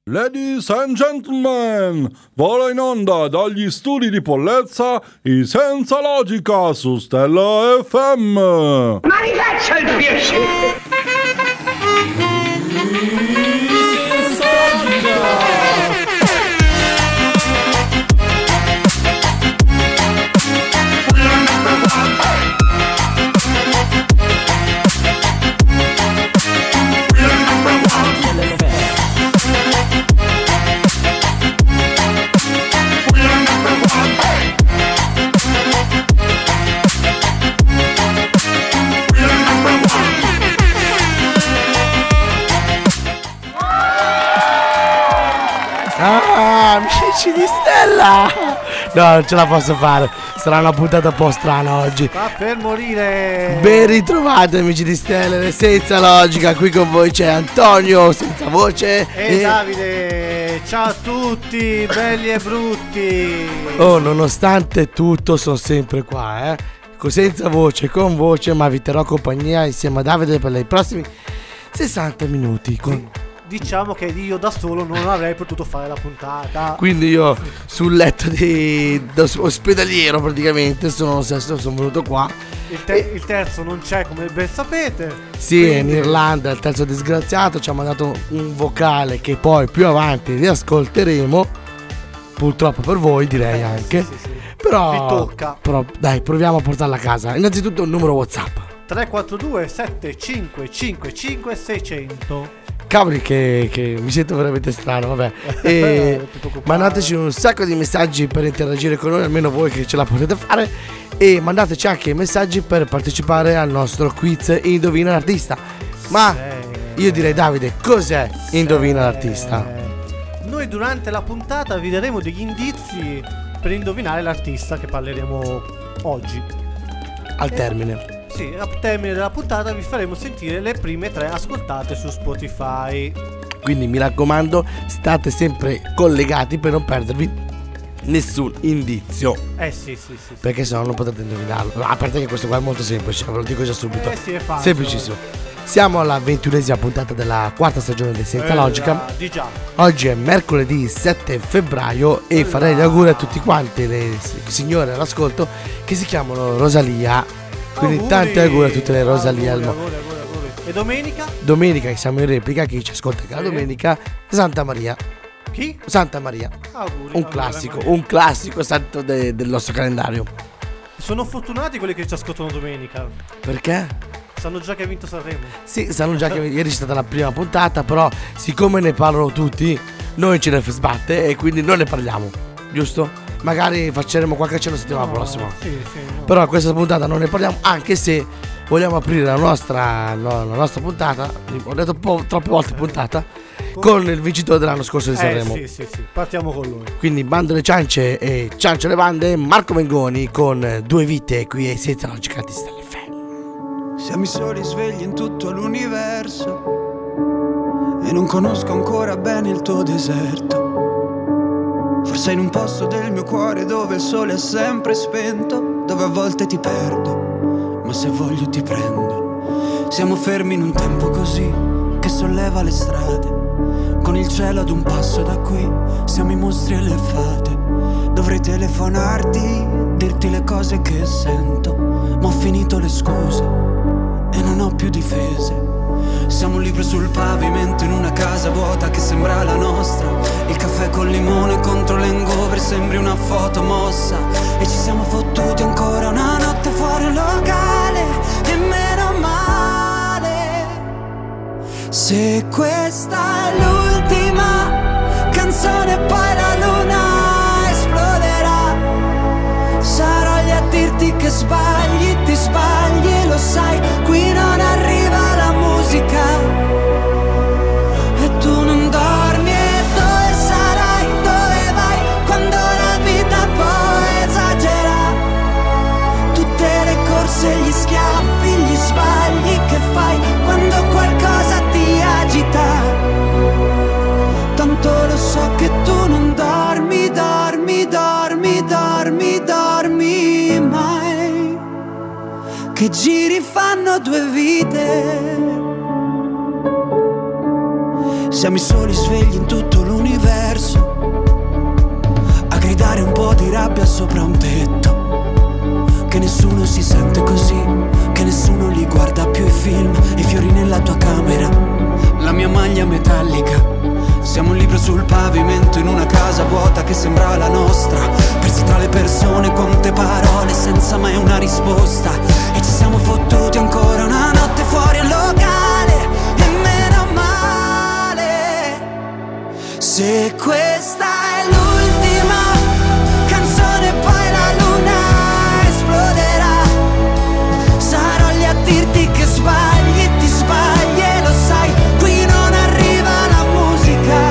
Ladies and gentlemen, vola in onda dagli studi di Pollezza i Senza Logica su Stella FM. Ma mi faccia il piacere! Amici di Stella! No, non ce la posso fare. Sarà una puntata un po' strana oggi. Sta per morire. Ben ritrovati amici di Stella Senza Logica. Qui con voi c'è Antonio senza voce e Davide. Ciao a tutti, belli e brutti. Oh, nonostante tutto sono sempre qua, senza voce, con voce, ma vi terrò compagnia insieme a Davide per i prossimi 60 minuti Diciamo che io da solo non avrei potuto fare la puntata. Quindi io sul letto di ospedaliero praticamente sono venuto qua. Il terzo non c'è, come ben sapete. Sì, quindi... è in Irlanda, il terzo disgraziato ci ha mandato un vocale che poi più avanti riascolteremo. Purtroppo per voi direi anche. Sì. Però, vi tocca. Però dai, proviamo a portarla a casa. Innanzitutto un numero WhatsApp 342 7555 600. Cavoli che mi sento veramente strano, vabbè. Mandateci un sacco di messaggi per interagire con noi, almeno voi che ce la potete fare. E mandateci anche messaggi per partecipare al nostro quiz Indovina l'artista. Ma io direi, Davide, cos'è Indovina l'artista? Noi durante la puntata vi daremo degli indizi per indovinare l'artista che parleremo oggi. Al termine. Sì, al termine della puntata vi faremo sentire le prime 3 ascoltate su Spotify. Quindi mi raccomando, state sempre collegati per non perdervi nessun indizio. Sì. Perché sennò non potete indovinarlo. A parte che questo qua è molto semplice, ve lo dico già subito. Sì, è facile. Semplicissimo. Siamo alla 21esima puntata della 4ª stagione del Senza Logica. Di già. Oggi è mercoledì 7 febbraio e farei gli auguri a tutti quanti le signore all'ascolto che si chiamano Rosalia. Quindi tanti auguri a tutte le Rosalia. Auguri. E domenica? Domenica siamo in replica, chi ci ascolta che la domenica, Santa Maria. Chi? Santa Maria. Auguri. Un classico santo del nostro calendario. Sono fortunati quelli che ci ascoltano domenica. Perché? Sanno già che ha vinto Sanremo. Sì, sanno già che ieri c'è stata la prima puntata, però siccome ne parlano tutti, noi ce ne sbatte e quindi non ne parliamo, giusto? Magari facceremo qualche accenno la settimana prossima. Sì, no. Però questa puntata non ne parliamo, anche se vogliamo aprire la nostra puntata. Ho detto troppe volte puntata con il vincitore dell'anno scorso di Sanremo. Sì, partiamo con lui. Quindi bando le ciance e ciance le bande, Marco Mengoni con Due vite qui ai Senza Logica di Stella FM. Siamo i soli svegli in tutto l'universo e non conosco ancora bene il tuo deserto. Forse in un posto del mio cuore dove il sole è sempre spento, dove a volte ti perdo, ma se voglio ti prendo. Siamo fermi in un tempo così che solleva le strade, con il cielo ad un passo da qui, siamo i mostri e le fate. Dovrei telefonarti, dirti le cose che sento, ma ho finito le scuse e non ho più difese. Siamo un libro sul pavimento in una casa vuota che sembra la nostra. Il caffè col limone contro l'hangover sembri una foto mossa. E ci siamo fottuti ancora una notte fuori un locale, e meno male. Se questa è l'ultima canzone poi la luna esploderà, sarò lì a dirti che sbagli, ti sbagli, lo sai. Qui non arriva la musica e tu non dormi. E dove sarai, dove vai, quando la vita poi esagera? Tutte le corse, gli schiaffi, gli sbagli che fai quando qualcosa ti agita. Tanto lo so che tu non dormi, dormi, dormi, dormi, dormi mai. Che giri fanno due vite Siamo i soli svegli in tutto l'universo, a gridare un po' di rabbia sopra un tetto. Che nessuno si sente così, che nessuno li guarda più i film, i fiori nella tua camera, la mia maglia metallica. Siamo un libro sul pavimento in una casa vuota che sembra la nostra, persi tra le persone, quante parole senza mai una risposta. E ci siamo fottuti ancora una notte fuori al locale, e meno male. Se questa è l'ultima canzone poi la luna esploderà, sarò lì a dirti che sbagli, ti sbagli e lo sai. Qui non arriva la musica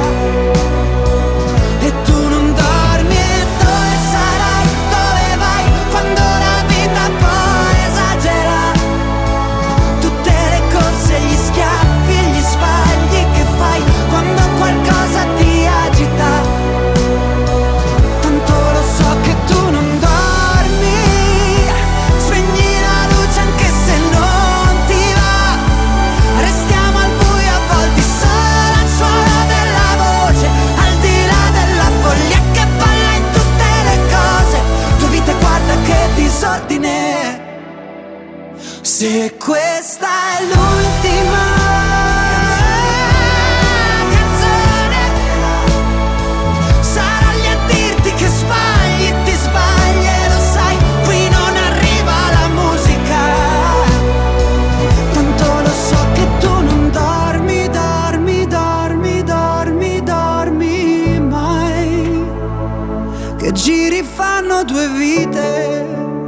e tu non dormi, e dove sarai, dove vai, quando la vita poi esagera. Tutte le corse, gli schiaffi e gli sbagli che fai quando qualcosa ti agita. Tanto lo so che tu non dormi, spegni la luce anche se non ti va. Restiamo al buio avvolti solo al suono della voce, al di là della foglia che balla in tutte le cose. Tua vita guarda che disordine. Se questa è l'ultima canzone, sarò lì a dirti che sbagli, ti sbagli e lo sai. Qui non arriva la musica, tanto lo so che tu non dormi, dormi, dormi, dormi, dormi mai. Che giri fanno due vite.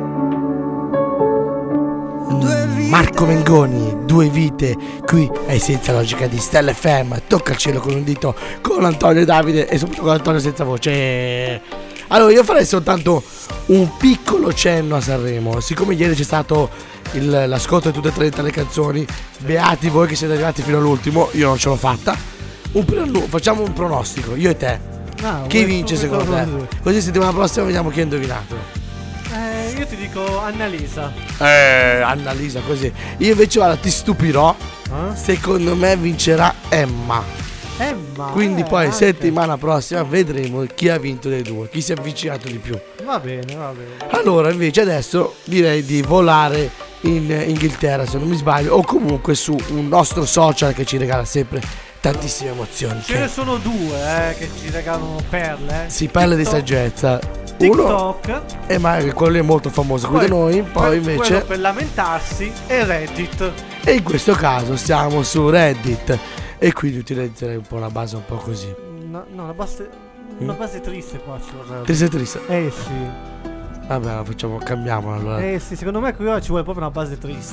Marco Mengoni, Due vite, qui è Senza Logica di Stella FM. Tocca il cielo con un dito, con Antonio Davide e soprattutto con Antonio senza voce. Allora io farei soltanto un piccolo cenno a Sanremo. Siccome ieri c'è stato l'ascolto di tutte e 30 le canzoni, beati voi che siete arrivati fino all'ultimo, io non ce l'ho fatta. Facciamo un pronostico, io e te. Chi vince secondo te? Così settimana prossima vediamo chi ha indovinato. Io ti dico Annalisa. Annalisa così. Io invece guarda, ti stupirò. Secondo me vincerà Emma. Quindi poi anche. settimana prossima vedremo chi ha vinto dei due, chi si è avvicinato di più. Va bene, va bene. Allora invece adesso direi di volare in Inghilterra, se non mi sbaglio, o comunque su un nostro social che ci regala sempre tantissime emozioni. Ce ne sono due che ci regalano perle. Sì, perle di saggezza. TikTok. Ma quello è molto famoso qui da noi. Poi invece quello per lamentarsi è Reddit. E in questo caso siamo su Reddit. E quindi utilizzerei un po' una base un po' così. No, una base triste qua su Reddit. Triste. Sì. Vabbè, cambiamola allora. Sì, secondo me qui ora ci vuole proprio una base triste.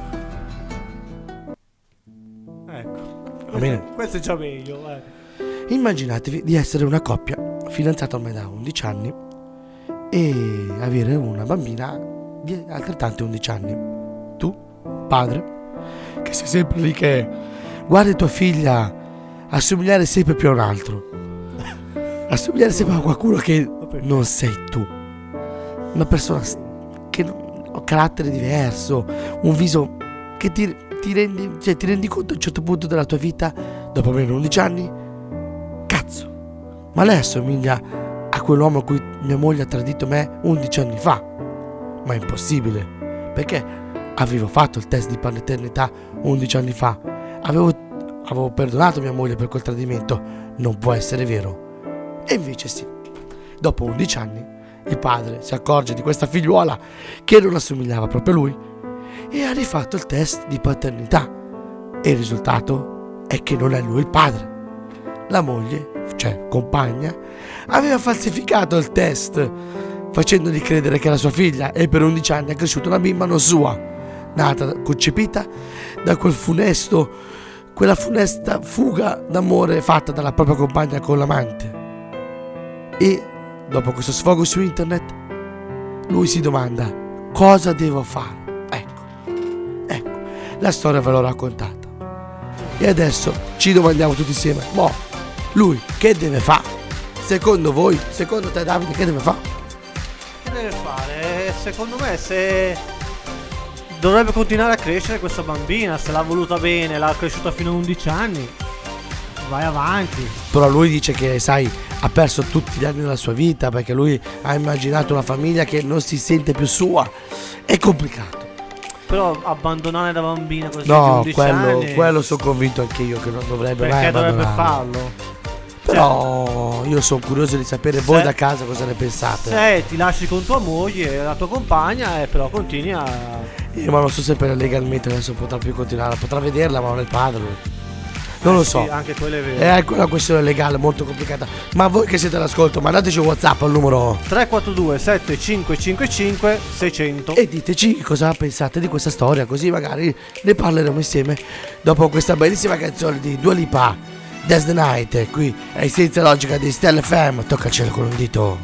Ecco. Va bene. Questo è già meglio. Immaginatevi di essere una coppia fidanzata ormai da 11 anni e avere una bambina di altrettanti 11 anni. Tu, padre, che sei sempre lì che guardi tua figlia assomigliare sempre più a un altro, assomigliare sempre a qualcuno che non sei tu, una persona che ha un carattere diverso, un viso che ti rendi conto a un certo punto della tua vita, dopo almeno 11 anni, cazzo, ma lei assomiglia a quell'uomo a cui mia moglie ha tradito me 11 anni fa. Ma è impossibile, perché avevo fatto il test di paternità 11 anni fa, avevo perdonato mia moglie per quel tradimento, non può essere vero. E invece sì, dopo 11 anni il padre si accorge di questa figliuola che non assomigliava proprio a lui e ha rifatto il test di paternità e il risultato è che non è lui il padre. La moglie, cioè compagna, aveva falsificato il test facendogli credere che era sua figlia e per 11 anni ha cresciuto una bimba non sua, nata, concepita da quella funesta fuga d'amore fatta dalla propria compagna con l'amante. E dopo questo sfogo su internet lui si domanda: cosa devo fare? Ecco, la storia ve l'ho raccontata e adesso ci domandiamo tutti insieme: lui che deve fare? Secondo voi, secondo te Davide, che deve fare? Che deve fare? Secondo me se dovrebbe continuare a crescere questa bambina, se l'ha voluta bene, l'ha cresciuta fino a 11 anni, vai avanti. Però lui dice che, sai, ha perso tutti gli anni della sua vita perché lui ha immaginato una famiglia che non si sente più sua. È complicato. Però abbandonare da bambina così No, di 11 anni, quello sono convinto anche io che non dovrebbe mai perché dovrebbe abbandonarlo. farlo? Però io sono curioso di sapere voi da casa cosa ne pensate. Se ti lasci con tua moglie e la tua compagna e però continui a... Ma non so se per legalmente adesso potrà più continuare, potrà vederla ma non è il padre. Non lo so. Sì, anche quello è vero. È anche una questione legale molto complicata. Ma voi che siete all'ascolto, mandateci un WhatsApp al numero 342 7555 600 e diteci cosa pensate di questa storia, così magari ne parleremo insieme dopo questa bellissima canzone di Dua Lipa, That's the Night. Qui è Senza Logica di Stella FM. Tocca il cielo con un dito.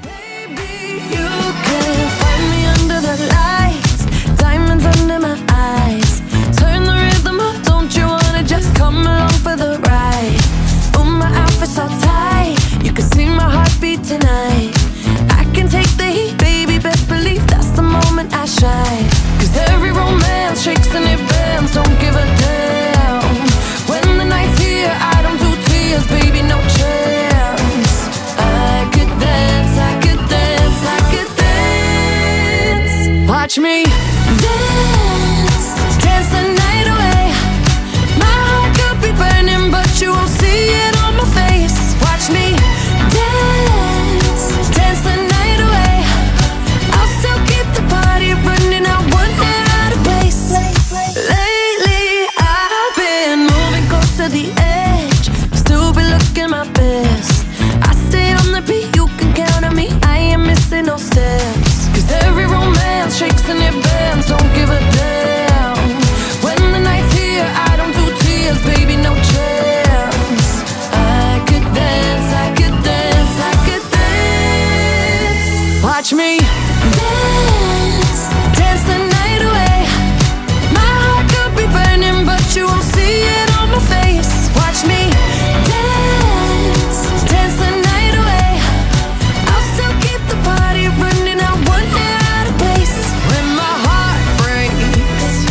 Under my eyes, turn the rhythm up, don't you wanna just come along for the ride? Oh, my outfit's all tight, you can see my heartbeat tonight. I can take the heat, baby, best believe that's the moment I shine. Cause every romance shakes and it bends, don't give a damn. When the night's here, I don't do tears, baby, no chance. I could dance, I could dance, I could dance. Watch me dance, dance the night away. My heart could be burning, but you won't see it on my face. Watch me dance, dance the night away. I'll still keep the party running, I won't get out of place. Lately I've been moving close to the edge, still be looking my best. I stay on the beat, you can count on me, I ain't missing no steps. Cause every romance shakes and it bends, don't give a damn. When the night's here, I don't do tears, baby, no chance. I could dance, I could dance, I could dance. Watch me dance, dance the night away. My heart could be burning, but you won't see it on my face. Watch me dance, dance the night away. I'll still keep the party running, I won't get out of place. When my heart breaks,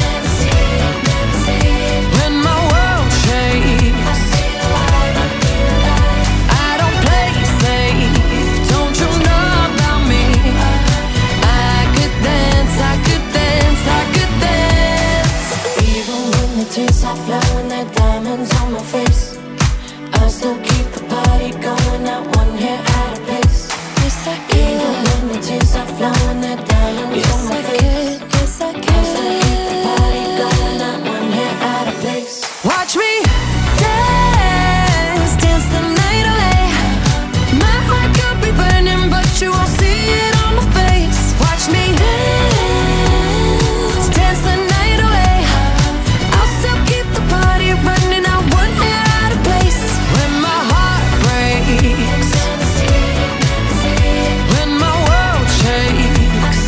when my world shakes, I don't play safe, don't you know about me? I could dance, I could dance, I could dance. Even when the tears stop flowing, they're diamonds on my face, I still keep the party going, not one hair out of place. Yes, I can. Even when the tears stop flowing, they're diamonds on my face. Yes, I can. I still keep the party going, not one hair out of place. Watch me dance, dance the night away. My heart could be burning, but you won't see it on my face. Watch me dance, dance the night away. I'll still keep the party running, I won't get out of place. When my heart breaks, when my world shakes,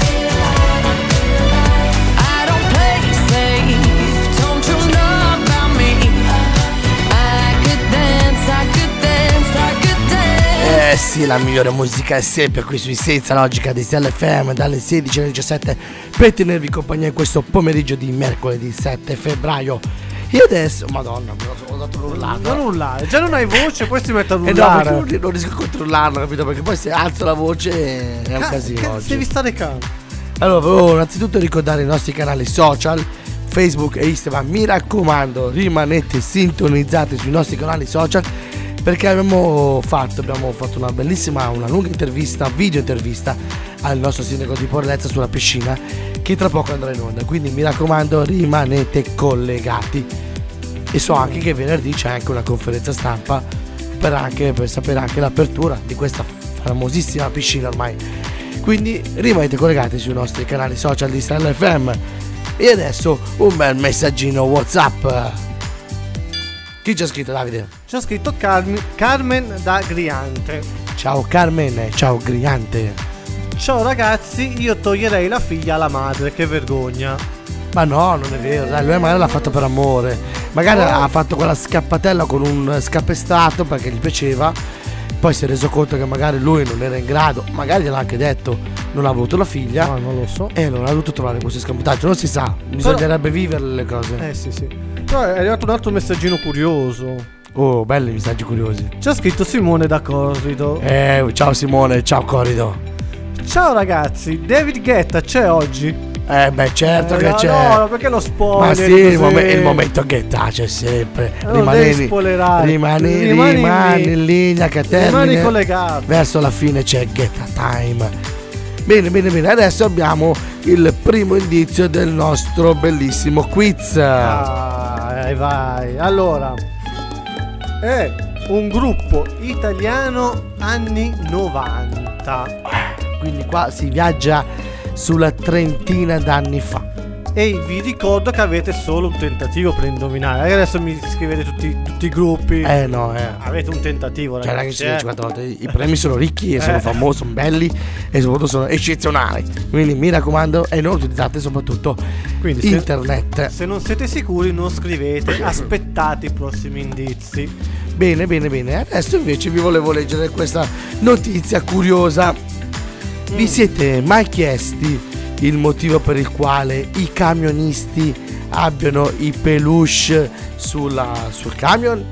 I don't play safe, don't you know about me? I could dance, I could dance, I could dance. Sì, la migliore musica è sempre qui sui Senza Logica di Stella FM dalle 16 alle 17 per tenervi compagnia in questo pomeriggio di mercoledì 7 febbraio. Io adesso, madonna, ho dato l'urlato. Non urlare, già non hai voce, poi si mette a E no, urlare. perché non riesco a controllarlo, capito? Perché poi se alzo la voce è un casino oggi. Devi stare calmo. Allora, volevo innanzitutto ricordare i nostri canali social, Facebook e Instagram. Mi raccomando, rimanete sintonizzati sui nostri canali social perché abbiamo fatto una bellissima, una lunga intervista, video intervista al nostro sindaco di Porlezza sulla piscina che tra poco andrà in onda. Quindi mi raccomando, rimanete collegati. E so anche che venerdì c'è anche una conferenza stampa per sapere anche l'apertura di questa famosissima piscina ormai. Quindi rimanete collegati sui nostri canali social di Stella FM. E adesso un bel messaggino WhatsApp. Chi c'ha scritto, Davide? C'è scritto Carmen da Griante. Ciao Carmen, ciao Griante. Ciao ragazzi, io toglierei la figlia alla madre, che vergogna. Ma no, non è vero, dai, lui magari l'ha fatto per amore. Magari ha fatto quella scappatella con un scapestrato perché gli piaceva. Poi si è reso conto che magari lui non era in grado, magari gliel'ha anche detto, non ha avuto la figlia. No, non lo so. E allora ha dovuto trovare questo scamotaggio. Non si sa, bisognerebbe vivere le cose. Sì. Però è arrivato un altro messaggino curioso. Oh, belli messaggi curiosi. C'ha scritto Simone da Corrido. Ciao Simone, ciao Corrido. Ciao ragazzi, David Guetta c'è oggi? Beh, certo che no, c'è. No, perché lo spoiler? Ma sì, il momento Guetta c'è sempre. Rimani in linea che termine. Rimani collegato. Verso la fine c'è Guetta Time. Bene. Adesso abbiamo il primo indizio del nostro bellissimo quiz. Vai. Allora, è un gruppo italiano anni 90. Quindi qua si viaggia sulla trentina d'anni fa. E vi ricordo che avete solo un tentativo per indovinare. Adesso mi scrivete tutti i gruppi. Avete un tentativo, cioè, ragazzi. I premi sono ricchi e sono famosi, sono belli e soprattutto sono eccezionali. Quindi mi raccomando, e non utilizzate soprattutto internet. Se non siete sicuri non scrivete, aspettate i prossimi indizi. Bene. Adesso invece vi volevo leggere questa notizia curiosa. Vi siete mai chiesti il motivo per il quale i camionisti abbiano i peluche sul camion?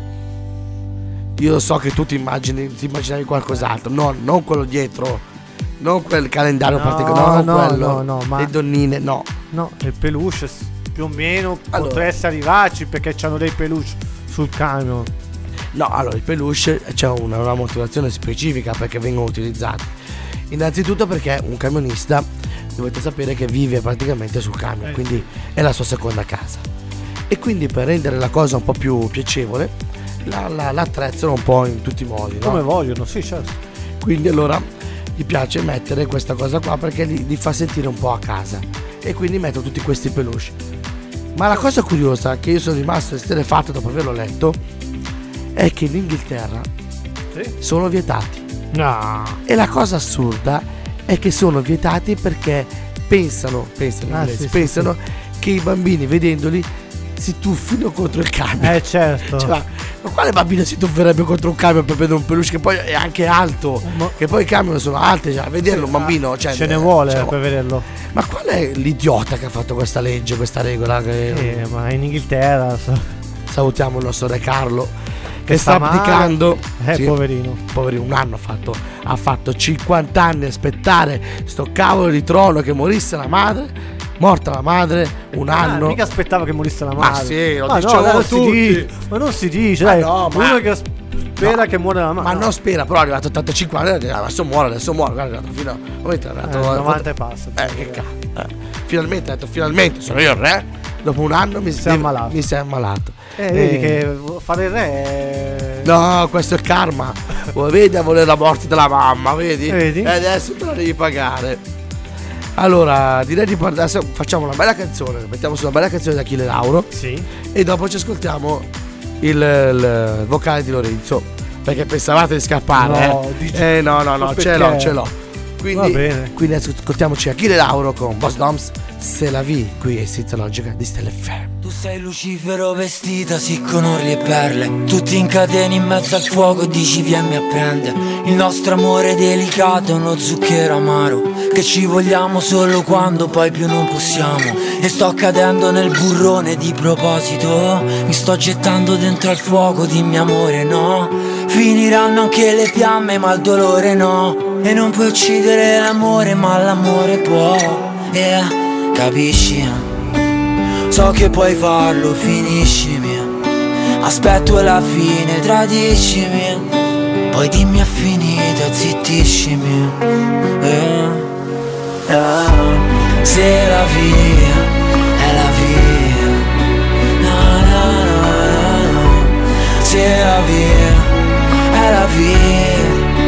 Io so che tu ti immaginavi qualcos'altro, non quello dietro, non quel calendario particolare, no, ma le donnine, no, il peluche più o meno potreste arrivarci perché c'hanno dei peluche sul camion. No, allora il peluche c'è una motivazione specifica perché vengono utilizzati. Innanzitutto perché un camionista, dovete sapere che vive praticamente sul camion, quindi è la sua seconda casa. E quindi per rendere la cosa un po' più piacevole l'attrezzano un po' in tutti i modi, no? Come vogliono, sì, certo. Quindi allora gli piace mettere questa cosa qua perché li fa sentire un po' a casa. E quindi mettono tutti questi peluche. Ma la cosa curiosa che io sono rimasto esterrefatto dopo averlo letto è che in Inghilterra sono vietati. No. E la cosa assurda è che sono vietati perché pensano che i bambini vedendoli si tuffino contro il camion. Certo. Cioè, ma quale bambino si tufferebbe contro un camion per vedere un peluche che poi è anche alto? Che poi i camion sono alti, cioè, a vederlo un bambino ce ne vuole per vederlo. Ma qual è l'idiota che ha fatto questa legge, questa regola? Ma in Inghilterra salutiamo il nostro Re Carlo che sta abdicando. Poverino, un anno ha fatto 50 anni a aspettare sto cavolo di trono che morisse la madre. Morta la madre, un anno. Mica aspettava che morisse la madre. Ma sì, lo dicevano tutti. Ma non si dice, dai. Uno che spera che muore la madre. Ma non spera, però è arrivato a 85 anni. Adesso muore. Guarda, è arrivato fino a 90 e passa. Che cazzo. Finalmente ha detto, finalmente sono io il re. Dopo un anno mi si è ammalato. Vedi che fare il re è... No, questo è karma. Vedi a volere la morte della mamma, vedi? E adesso te la devi pagare. Allora, direi di adesso facciamo una bella canzone. Mettiamo su una bella canzone da Achille Lauro. Sì. E dopo ci ascoltiamo il vocale di Lorenzo. Perché pensavate di scappare? No, ce l'ho. Quindi ascoltiamoci Achille Lauro con Boss Doms, C'est la vie. Qui è Senza Logica di Stelle FM. Tu sei Lucifero vestita sì con orli e perle, tutti in catene in mezzo al fuoco, dici vieni a prendere. Il nostro amore delicato è uno zucchero amaro, che ci vogliamo solo quando poi più non possiamo. E sto cadendo nel burrone di proposito, mi sto gettando dentro al fuoco, dimmi amore no. Finiranno anche le fiamme ma il dolore no. E non puoi uccidere l'amore ma l'amore può. Capisci? So che puoi farlo, finiscimi. Aspetto la fine, tradiscimi. Poi dimmi è finita, zittiscimi. Se la via è la via, no. Se la via è la via,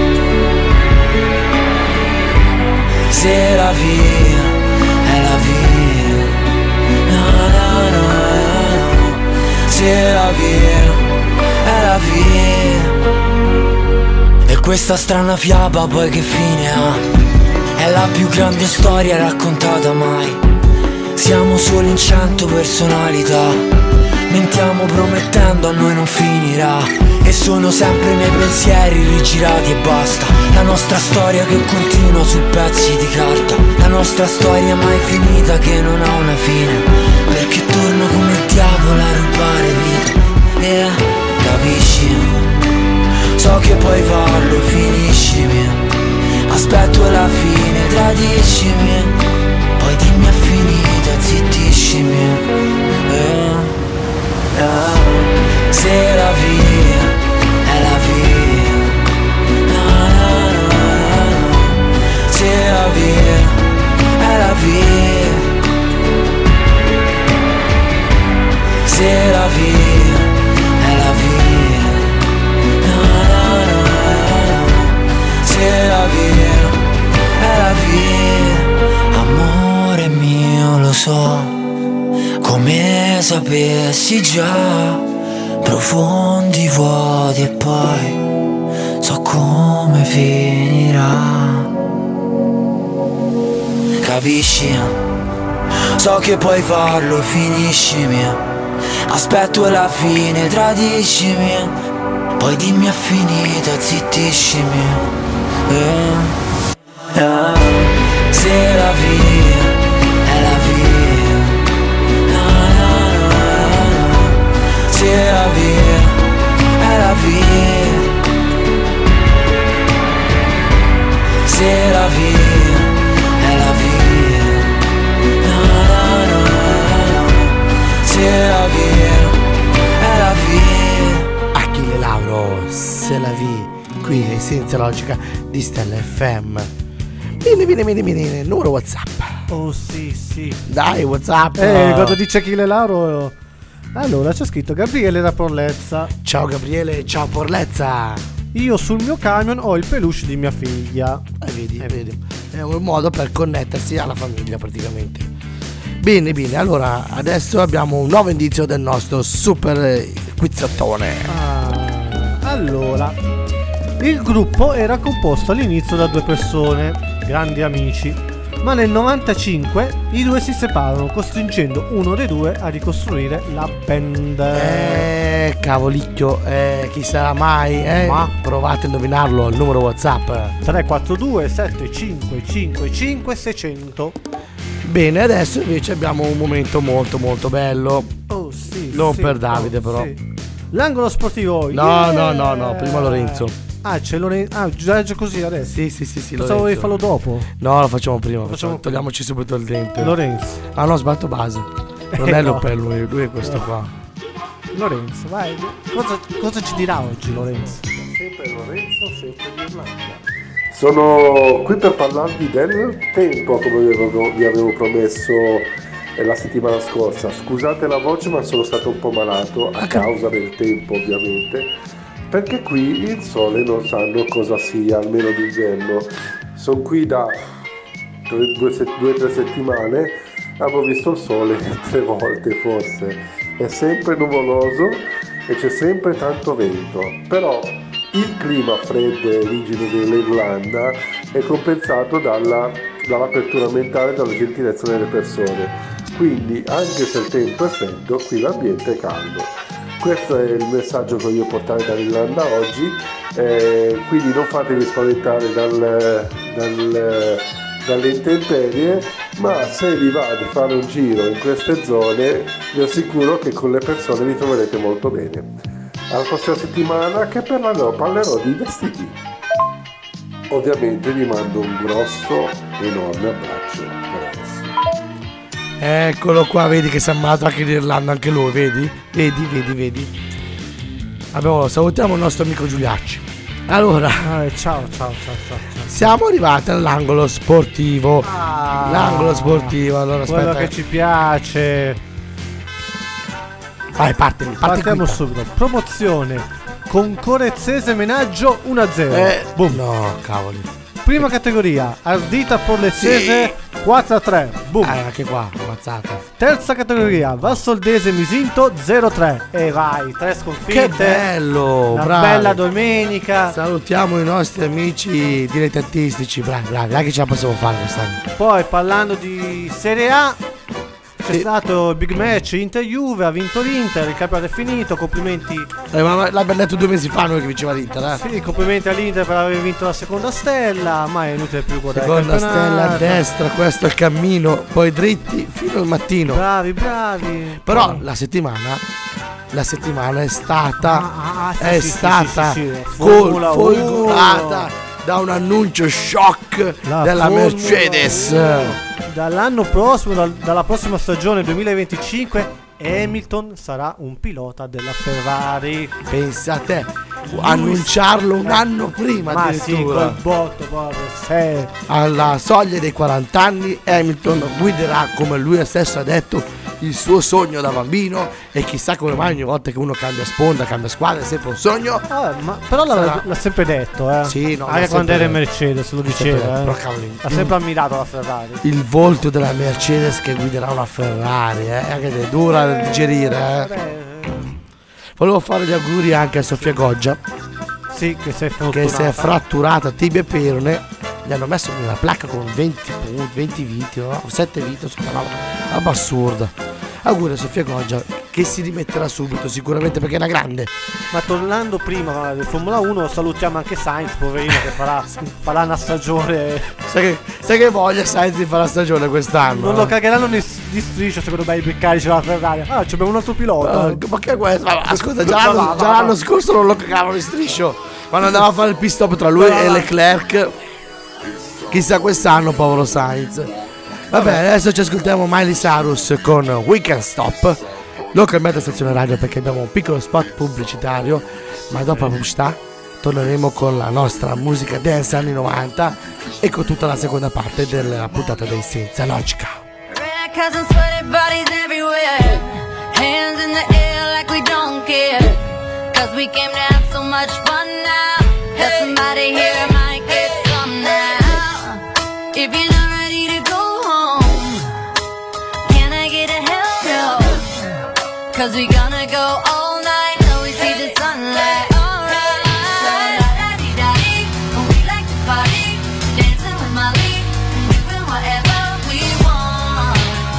se la via è la via, no. Se la via è la via. E questa strana fiaba poi che fine ha? È la più grande storia raccontata mai. Siamo solo in 100 personalità. Mentiamo promettendo a noi non finirà. E sono sempre i miei pensieri rigirati e basta. La nostra storia che continua su pezzi di carta. La nostra storia mai finita che non ha una fine. Perché torno come il diavolo a rubare vita. capisci? So che puoi farlo, finiscimi. Aspetto la fine, tradiscimi. Poi dimmi è finita, zittiscimi. Se la via è la via, na, na, na, na. Se la via è la via, se la via è la via, na, na, na, na. Se la via è la via. Amore mio, lo so, come sapessi già, profondi vuoti e poi so come finirà. Capisci? So che puoi farlo, finiscimi. Aspetto la fine, tradiscimi. Poi dimmi è finita, zittiscimi. Se la via è la via, na, na, na, na. Se la via è la via, se la via è la via, na, na, na, na. Se la via è la via. Achille Lauro, se la vi, qui è Senza Logica di Stella FM. Vieni, numero WhatsApp. Oh sì. Dai, WhatsApp. Quando dice Achille Lauro. Allora c'è scritto Gabriele da Porlezza. Ciao Gabriele, ciao Porlezza. Io sul mio camion ho il peluche di mia figlia. Vedi. È un modo per connettersi alla famiglia praticamente. Bene, allora adesso abbiamo un nuovo indizio del nostro super quizzottone. Allora, il gruppo era composto all'inizio da 2 persone, grandi amici, ma nel 95 i due si separano, costringendo uno dei due a ricostruire la band. Cavolicchio, chi sarà mai? Ma provate a indovinarlo al numero WhatsApp 342 7555 600. Bene, adesso invece abbiamo un momento molto molto bello. Oh sì. Non per Davide però. Sì. L'angolo sportivo. No, prima Lorenzo. C'è Lorenzo. Già così adesso. Sì. Pensavo di farlo dopo. No, lo facciamo prima. Togliamoci subito il dente. Lorenzo. No, sbatto base. Non è l'Opello, lui è questo qua. Lorenzo, vai. Cosa ci dirà oggi Lorenzo? Sempre Lorenzo, sempre di Irlanda. Sono qui per parlarvi del tempo, come vi avevo promesso la settimana scorsa. Scusate la voce, ma sono stato un po' malato a causa del tempo, ovviamente, perché qui il sole non sanno cosa sia, almeno d'inverno. Sono qui da 2 o 3 settimane, avevo visto il sole 3 volte forse. È sempre nuvoloso e c'è sempre tanto vento, però il clima freddo e rigido dell'Irlanda è compensato dall'apertura mentale e dalla gentilezza delle persone. Quindi anche se il tempo è freddo, qui l'ambiente è caldo. Questo è il messaggio che voglio portare dall'Irlanda oggi, quindi non fatevi spaventare dalle intemperie, ma se vi va di fare un giro in queste zone vi assicuro che con le persone vi troverete molto bene. Alla prossima settimana, che parlerò di vestiti. Ovviamente vi mando un grosso, enorme abbraccio per adesso. Eccolo qua, vedi che si è ammalato anche l'Irlanda, anche lui, vedi? Salutiamo il nostro amico Giuliacci. Allora, ciao. siamo arrivati all'angolo sportivo. L'angolo sportivo, allora aspetta. Quello che ci piace. Vai, partiamo subito. Promozione Concorezzese Menaggio 1-0. Boom. No, cavoli. Prima categoria Ardita Porlezzese 4-3. Boom. Anche qua, ammazzata. Terza categoria Vassoldese Misinto 0-3. E vai, 3 sconfitte. Che bello, una bravi. Bella domenica. Salutiamo i nostri amici dilettantistici. Bravi, dai che ce la possiamo fare quest'anno. Poi parlando di Serie A, c'è stato il big match Inter-Juve, ha vinto l'Inter, il campionato è finito, complimenti. Ma l'abbiamo detto 2 mesi fa noi che vinceva l'Inter, Sì, complimenti all'Inter per aver vinto la seconda stella, ma è inutile più guardare seconda stella a destra, questo è il cammino, poi dritti fino al mattino. Bravi. Però la settimana la settimana è stata Formula folgorata da un annuncio shock della Mercedes. Dall'anno prossimo, dalla prossima stagione 2025, Hamilton sarà un pilota della Ferrari. Pensa a te, annunciarlo un anno prima addirittura. Col botto proprio. Alla soglia dei 40 anni Hamilton guiderà, come lui stesso ha detto, il suo sogno da bambino, e chissà come mai ogni volta che uno cambia sponda, cambia squadra, è sempre un sogno. Però l'ha sempre detto, Sì, no, anche quando era in Mercedes lo diceva. Ha sempre ammirato la Ferrari. Il volto della Mercedes che guiderà una Ferrari, anche è dura da digerire. Volevo fare gli auguri anche a Sofia Goggia, sì, che si è fratturata tibia e perone. Gli hanno messo una placca con 20 viti, no? 7 viti, una roba assurda. Auguri a Sofia Goggia, che si rimetterà subito sicuramente, perché è una grande. Ma tornando prima del Formula 1, salutiamo anche Sainz, poverino, che farà una stagione. Sai che voglia Sainz di fare la stagione quest'anno? Non lo cagheranno di striscio, secondo me, i beccari c'è la Ferrari. C'è un altro pilota. Ma che è questo? Ascolta, già l'anno scorso non lo cagavano di striscio quando andava a fare il pit stop tra lui e Leclerc. Chissà quest'anno, povero Sainz. Vabbè, adesso ci ascoltiamo Miley Cyrus con We Can't Stop. Non cambiate stazione radio perché abbiamo un piccolo spot pubblicitario, ma dopo la pubblicità torneremo con la nostra musica dance anni 90 e con tutta la seconda parte della puntata dei Senza Logica. If you're not ready to go home, can I get a hell no? 'Cause we gonna go all night till we see the sunlight. Alright. So la-da-dee-da-dee, we like to party, dancing with Molly, doing whatever we want.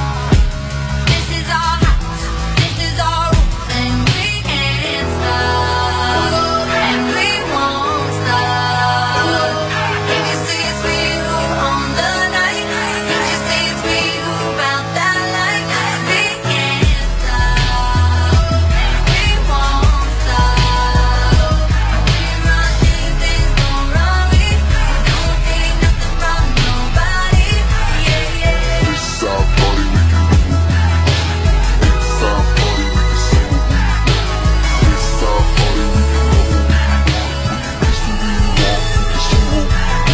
This is our house, this is our rules, and we can't stop, and we won't stop. Can you see it's we who own the night? Can you see it's we who found that light? We can't stop, and we won't stop. We run things don't run me. Don't take nothing from nobody. Yeah, yeah. It's our party, we can do it. It's our party, we can sing it. It's our party, we can love it. It's what we want, it's true.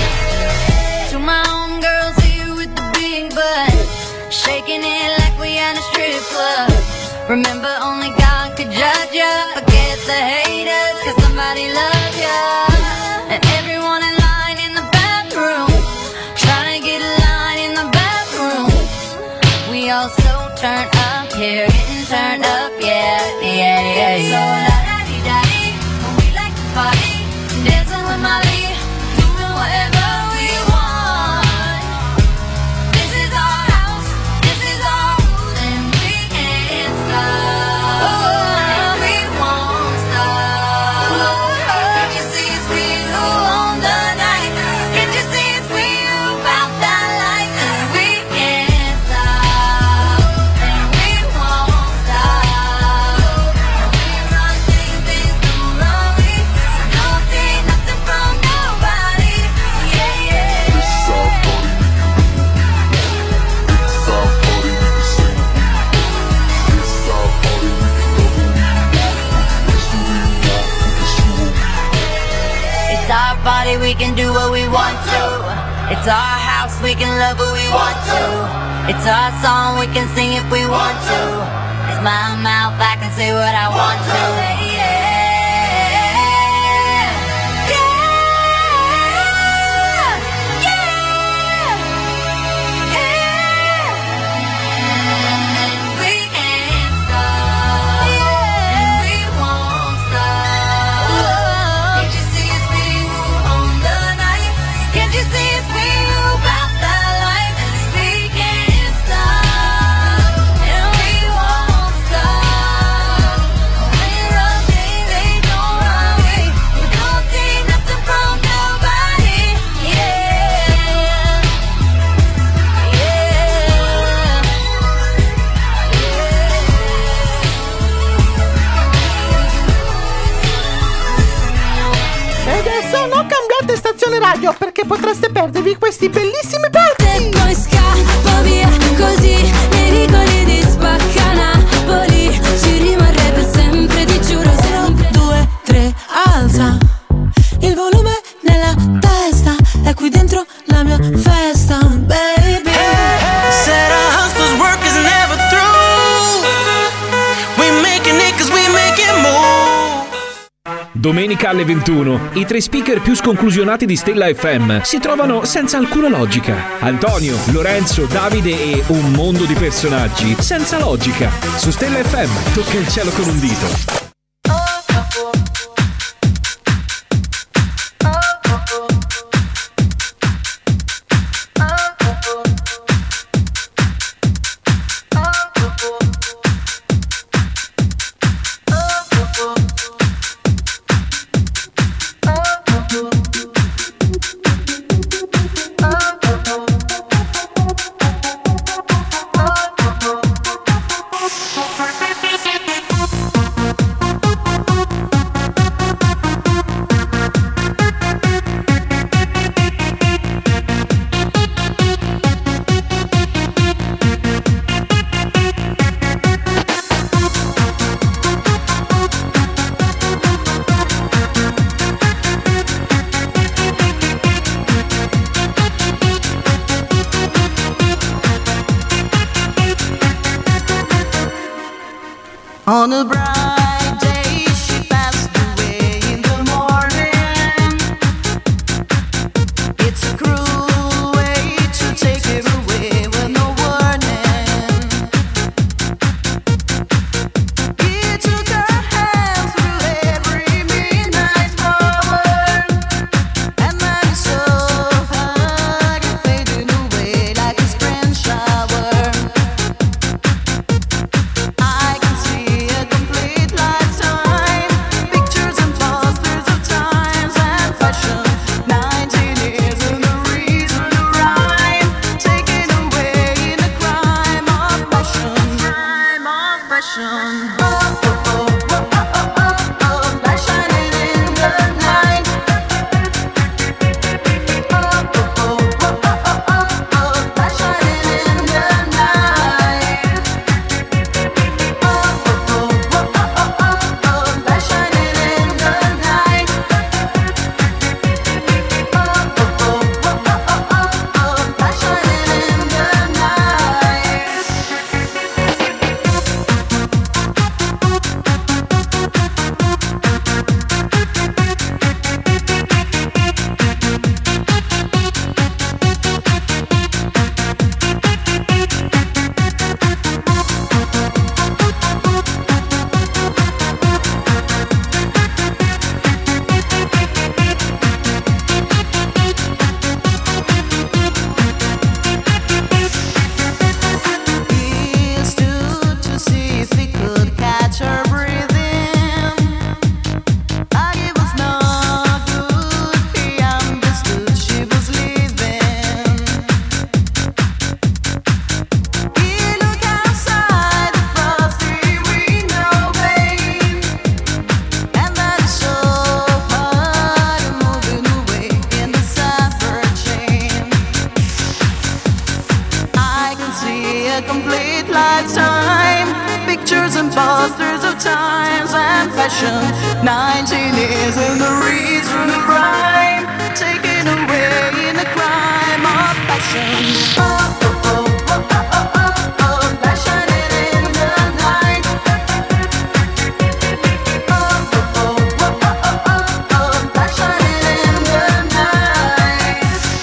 To my homegirls here with the big butt, shaking it like we at a strip club. Remember, only God could judge ya. Forget the haters, 'cause somebody loves ya. And everyone in line in the bathroom, trying to get a line in the bathroom. We all so turned up here, getting turned up, yeah, yeah, yeah, yeah. So la-da-dee-da-dee, we like to party, dancing with Molly, doing whatever we want. This is our house, this is our rules, and we can't stop, we won't stop. Can't you see it's we who own the night? Can't you see it's we who found that light? We can't stop, and we won't stop. We run things don't run me. Don't take nothing from nobody. Yeah, yeah. It's our party, we can do it. It's our party, we can sing it. It's our party, we can love it. It's what we want, it's true. It's our body, we can do what we want to. It's our house, we can love who we want to. It's our song, we can sing if we want to. It's my mouth, I can say what I want to. Yeah, yeah, yeah. We can't stop, and we won't stop. Can't you see it's we who own the night? Can't you see it's we who found the light? We can't stop, and we won't stop. We run adesso non cambiate stazione radio perché potreste perdervi questi bellissimi pezzi. E poi scappo via così, nei vicoli di Spaccanapoli ci rimarrei per sempre, ti giuro. 1, 2, 3, alza il volume nella testa, è qui dentro la mia festa, baby. Said our hustle's work is never through. We making it 'cause we make it move. Domenica alle 21, i 3 speaker più sconclusionati di Stella FM si trovano senza alcuna logica. Antonio, Lorenzo, Davide e un mondo di personaggi senza logica. Su Stella FM tocca il cielo con un dito. On a bright day, she passed away in the morning. It's a cruel way to take it away with no warning. He took her hand through every midnight hour, and then he saw her fading away like a spring shower. I can see a complete lifetime, pictures and posters of times and fashion. 19 years and the reason to rhyme, taken away in a crime of passion. Crime of passion. Oh, oh, oh, oh, oh, oh, oh, light shining in the night. Oh, oh, oh, oh, oh, oh, oh, light shining in the night. It's good to see if we could catch her breathing. But it was not good. He understood she was leaving. He looked outside the frosty window pane, and then he saw her moving away in the summer chain. I can see a complete lifetime, pictures and posters of times and fashion. 19 years and the reason to rhyme, taken away in a crime of passion. Oh, oh, oh, oh, oh, oh, oh, light shining in the night. Oh, oh, oh, oh, oh, oh, oh, light shining in the night.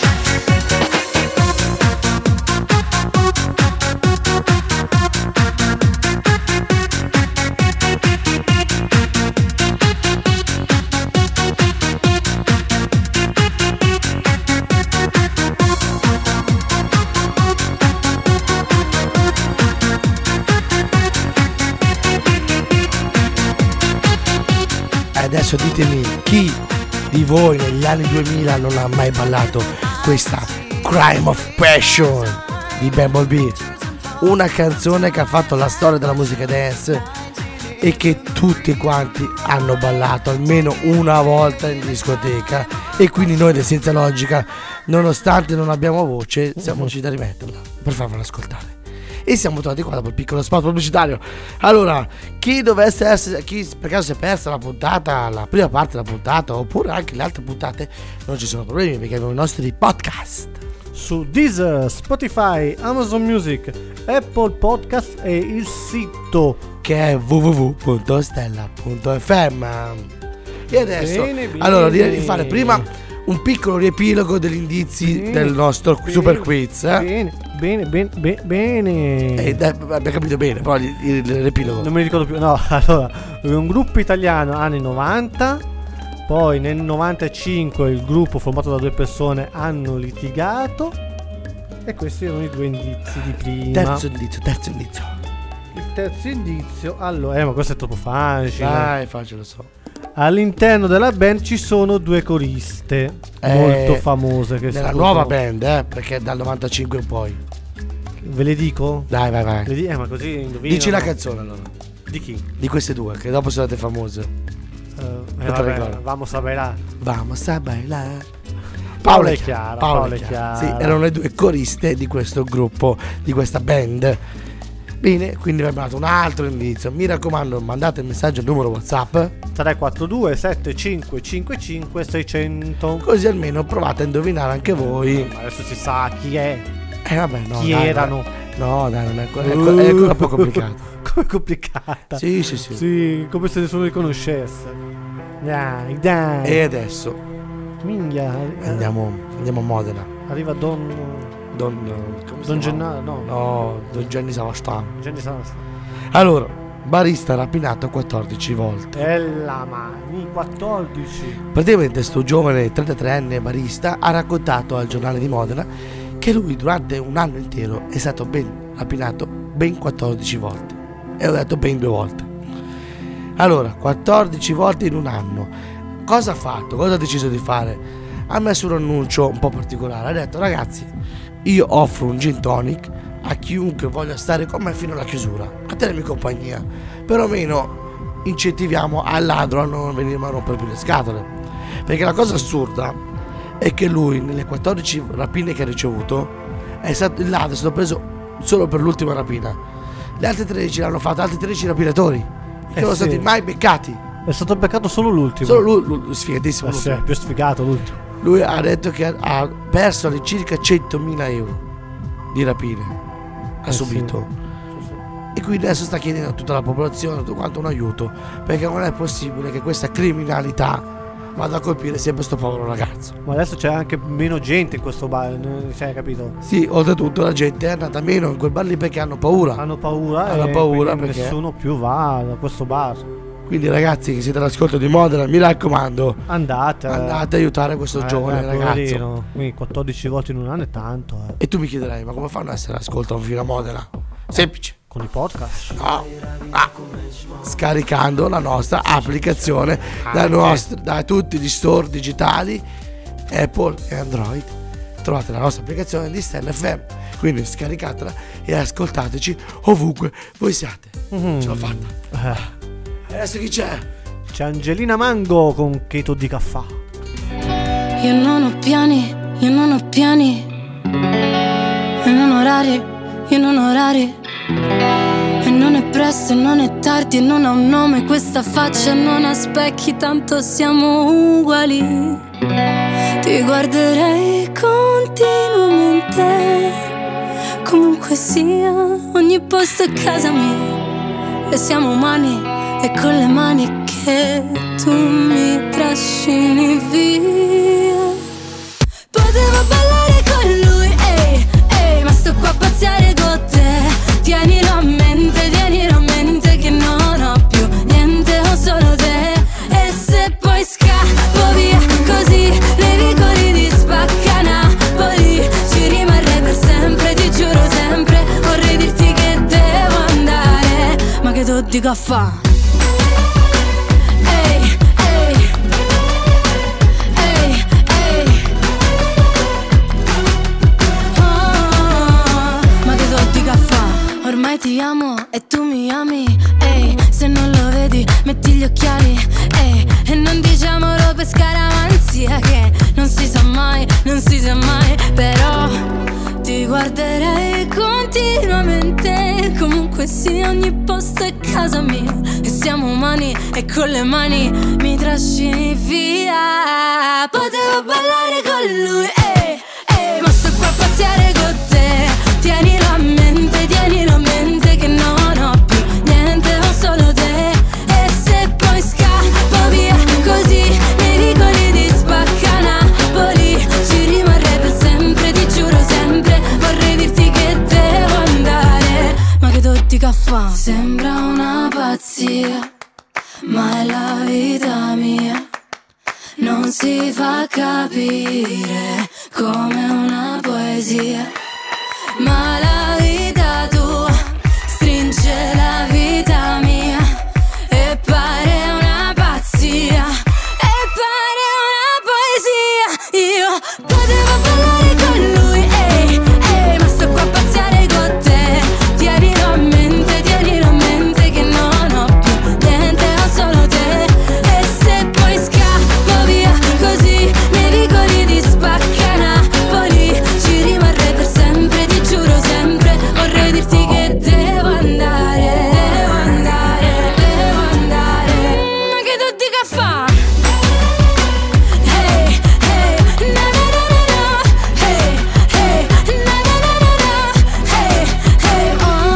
Adesso ditemi chi di voi negli anni 2000 non ha mai ballato questa Crime of Passion di Bumblebee, una canzone che ha fatto la storia della musica dance e che tutti quanti hanno ballato almeno una volta in discoteca, e quindi noi del Senza Logica, nonostante non abbiamo voce, siamo riusciti a rimetterla per farvela ascoltare. E siamo tornati qua dopo il piccolo spot pubblicitario. Allora, chi dovesse essere, chi per caso si è persa la puntata, la prima parte della puntata, oppure anche le altre puntate, non ci sono problemi perché abbiamo i nostri podcast su Deezer, Spotify, Amazon Music, Apple Podcast e il sito che è www.stella.fm. E adesso, bene. allora, direi di fare prima un piccolo riepilogo degli indizi del nostro super quiz. Bene. Abbiamo capito bene, però il riepilogo non mi ricordo più. No, allora, un gruppo italiano anni 90, poi nel 95 il gruppo formato da 2 persone hanno litigato, e questi erano i 2 indizi di prima. Terzo indizio. Il terzo indizio, allora, ma questo è troppo facile. Dai, facile, lo so. All'interno della band ci sono 2 coriste molto famose che nella nuova band, perché è dal 95 in poi. Ve le dico? Dai, vai. Ma così indovino. Dici la canzone allora. Di chi? Di queste 2 che dopo sono state famose. Vamos a bailar. Paola e Chiara. Sì, erano le 2 coriste di questo gruppo, di questa band. Bene, quindi vi abbiamo dato un altro indizio. Mi raccomando, mandate il messaggio al numero WhatsApp 342 7555 600. così almeno provate a indovinare anche voi. Ma adesso si sa chi è. Vabbè, no. Chi dai, erano? No, dai, non è ancora, è ancora un po' complicato. Come complicata? Sì. Sì, come se nessuno li conoscesse. Dai. E adesso minchia, andiamo a Modena. Arriva Don Gennaro, no, Don Gianni Savastano. Allora, barista rapinato 14 volte. E la mani 14. Praticamente sto giovane 33enne barista ha raccontato al giornale di Modena che lui durante un anno intero è stato rapinato ben 14 volte. E ho detto ben 2 volte. Allora, 14 volte in un anno. Cosa ha fatto? Cosa ha deciso di fare? Ha messo un annuncio un po' particolare. Ha detto: ragazzi, io offro un gin tonic a chiunque voglia stare con me fino alla chiusura, a tenermi compagnia. Perlomeno incentiviamo al ladro a non venirmi a rompere più le scatole. Perché la cosa assurda è che lui, nelle 14 rapine che ha ricevuto, il ladro è stato preso solo per l'ultima rapina. Le altre 13 l'hanno fatto altri 13 rapinatori che non sono stati mai beccati. È stato beccato solo l'ultimo. Solo lui sfigatissimo. Sì, è più sfigato l'ultimo. Lui ha detto che ha perso all'incirca 100.000 euro di rapine. Ha subito. Sì. E quindi adesso sta chiedendo a tutta la popolazione tutto quanto un aiuto, perché non è possibile che questa criminalità vada a colpire sempre sto povero ragazzo. Ma adesso c'è anche meno gente in questo bar, cioè, capito? Sì, oltretutto la gente è andata meno in quel bar lì perché hanno paura. Hanno paura perché nessuno più va da questo bar. Quindi ragazzi che siete all'ascolto di Modena, mi raccomando, andate a aiutare questo giovane ragazzo. Quindi 14 volte in un anno è tanto. E tu mi chiederai, ma come fanno ad essere all'ascolto fino a Modena? Semplice. Con i podcast? No. Scaricando la nostra applicazione da tutti gli store digitali Apple e Android. Trovate la nostra applicazione di Stella FM, quindi scaricatela e ascoltateci ovunque voi siate. Ce l'ho fatta. Adesso chi c'è? C'è Angelina Mango con Cheto di Caffà. Io non ho piani, e non orari, e non è presto e non è tardi e non ha un nome questa faccia, non ha specchi, tanto siamo uguali. Ti guarderei continuamente, comunque sia, ogni posto è casa mia, e siamo umani. E con le mani che tu mi trascini via. Potevo ballare con lui, ma sto qua a pazziare con te. Tienilo a mente che non ho più niente, ho solo te. E se poi scappo via così, nei vicoli di Spacca Napoli, ci rimarrei per sempre, ti giuro sempre. Vorrei dirti che devo andare, ma che tu dico a fa'. Ormai ti amo e tu mi ami, se non lo vedi ovunque sia, ogni posto è casa mia. E siamo umani e con le mani mi trascini via. Potevo ballare con lui, ma sto qua a pazziare con te. Tienilo a mente che non ho più niente, ho solo te. E se poi scappo via così, nei vicoli di Spacca Napoli, ci rimarrei per sempre, ti giuro sempre. Vorrei dirti che devo andare, ma che tutti caffè. Sembra una pazzia, ma è la vita mia. Non si fa capire come una poesia, ma la vita tua stringe la vita mia e pare una pazzia, e pare una poesia. Io potevo ballare con lui, ma sto qua a pazziare con te. Tienilo a mente che non ho più niente, ho solo te. E se poi scappo via così, nei vicoli di Spacca Napoli, ci rimarrei per sempre, ti giuro sempre. Vorrei dirti che devo andare, devo andare, devo andare. Ma che tu dica fa? Hey, hey, na na na na na. Hey, hey, na na na na na. Hey, hey,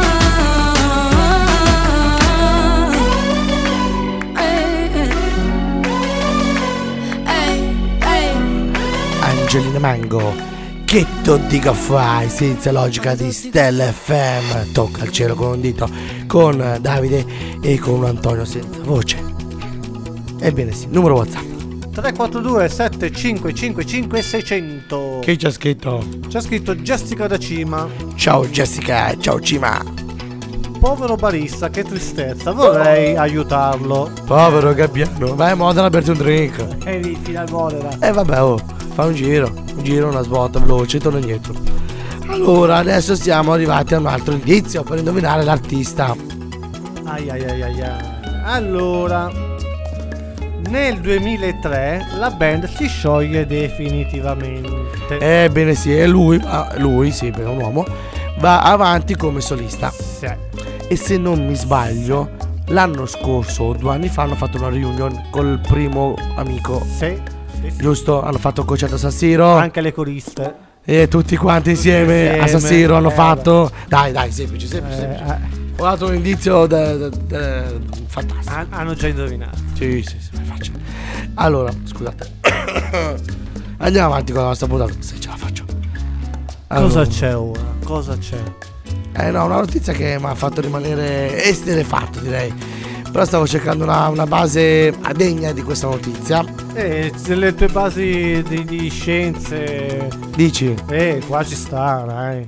Angelina Mango, che tu dica fai, senza logica di Stella FM. Tocca il cielo con un dito, con Davide e con Antonio senza voce. Ebbene sì, numero WhatsApp 342 7555 600. Che c'è scritto? C'è scritto Jessica da Cima. Ciao Jessica, ciao Cima. Povero barista, che tristezza, vorrei aiutarlo. Povero Gabbiano, vai a Modena berti un drink. E fino al Modena. Vabbè, oh, fa un giro, una svolta veloce e torna indietro. Allora, adesso siamo arrivati a un altro indizio per indovinare l'artista. Ai. Allora, nel 2003 la band si scioglie definitivamente. Ebbene sì, e lui sì, perché è un uomo, va avanti come solista. Sì. E se non mi sbaglio, l'anno scorso o 2 anni fa hanno fatto una reunion col primo amico. Sì. Giusto? Hanno fatto un concerto a San Siro. Anche le coriste. E tutti quanti insieme a San Siro hanno fatto. Dai, semplice. Ho dato un indizio fantastico. Hanno già indovinato. Sì, facile. Allora, scusate. Andiamo avanti con la nostra puntata, se ce la faccio. Cosa c'è ora? Cosa c'è? No, una notizia che mi ha fatto rimanere esterefatto, direi. Però stavo cercando una base degna di questa notizia. Delle tue basi di scienze. Dici? Qua ci sta, dai.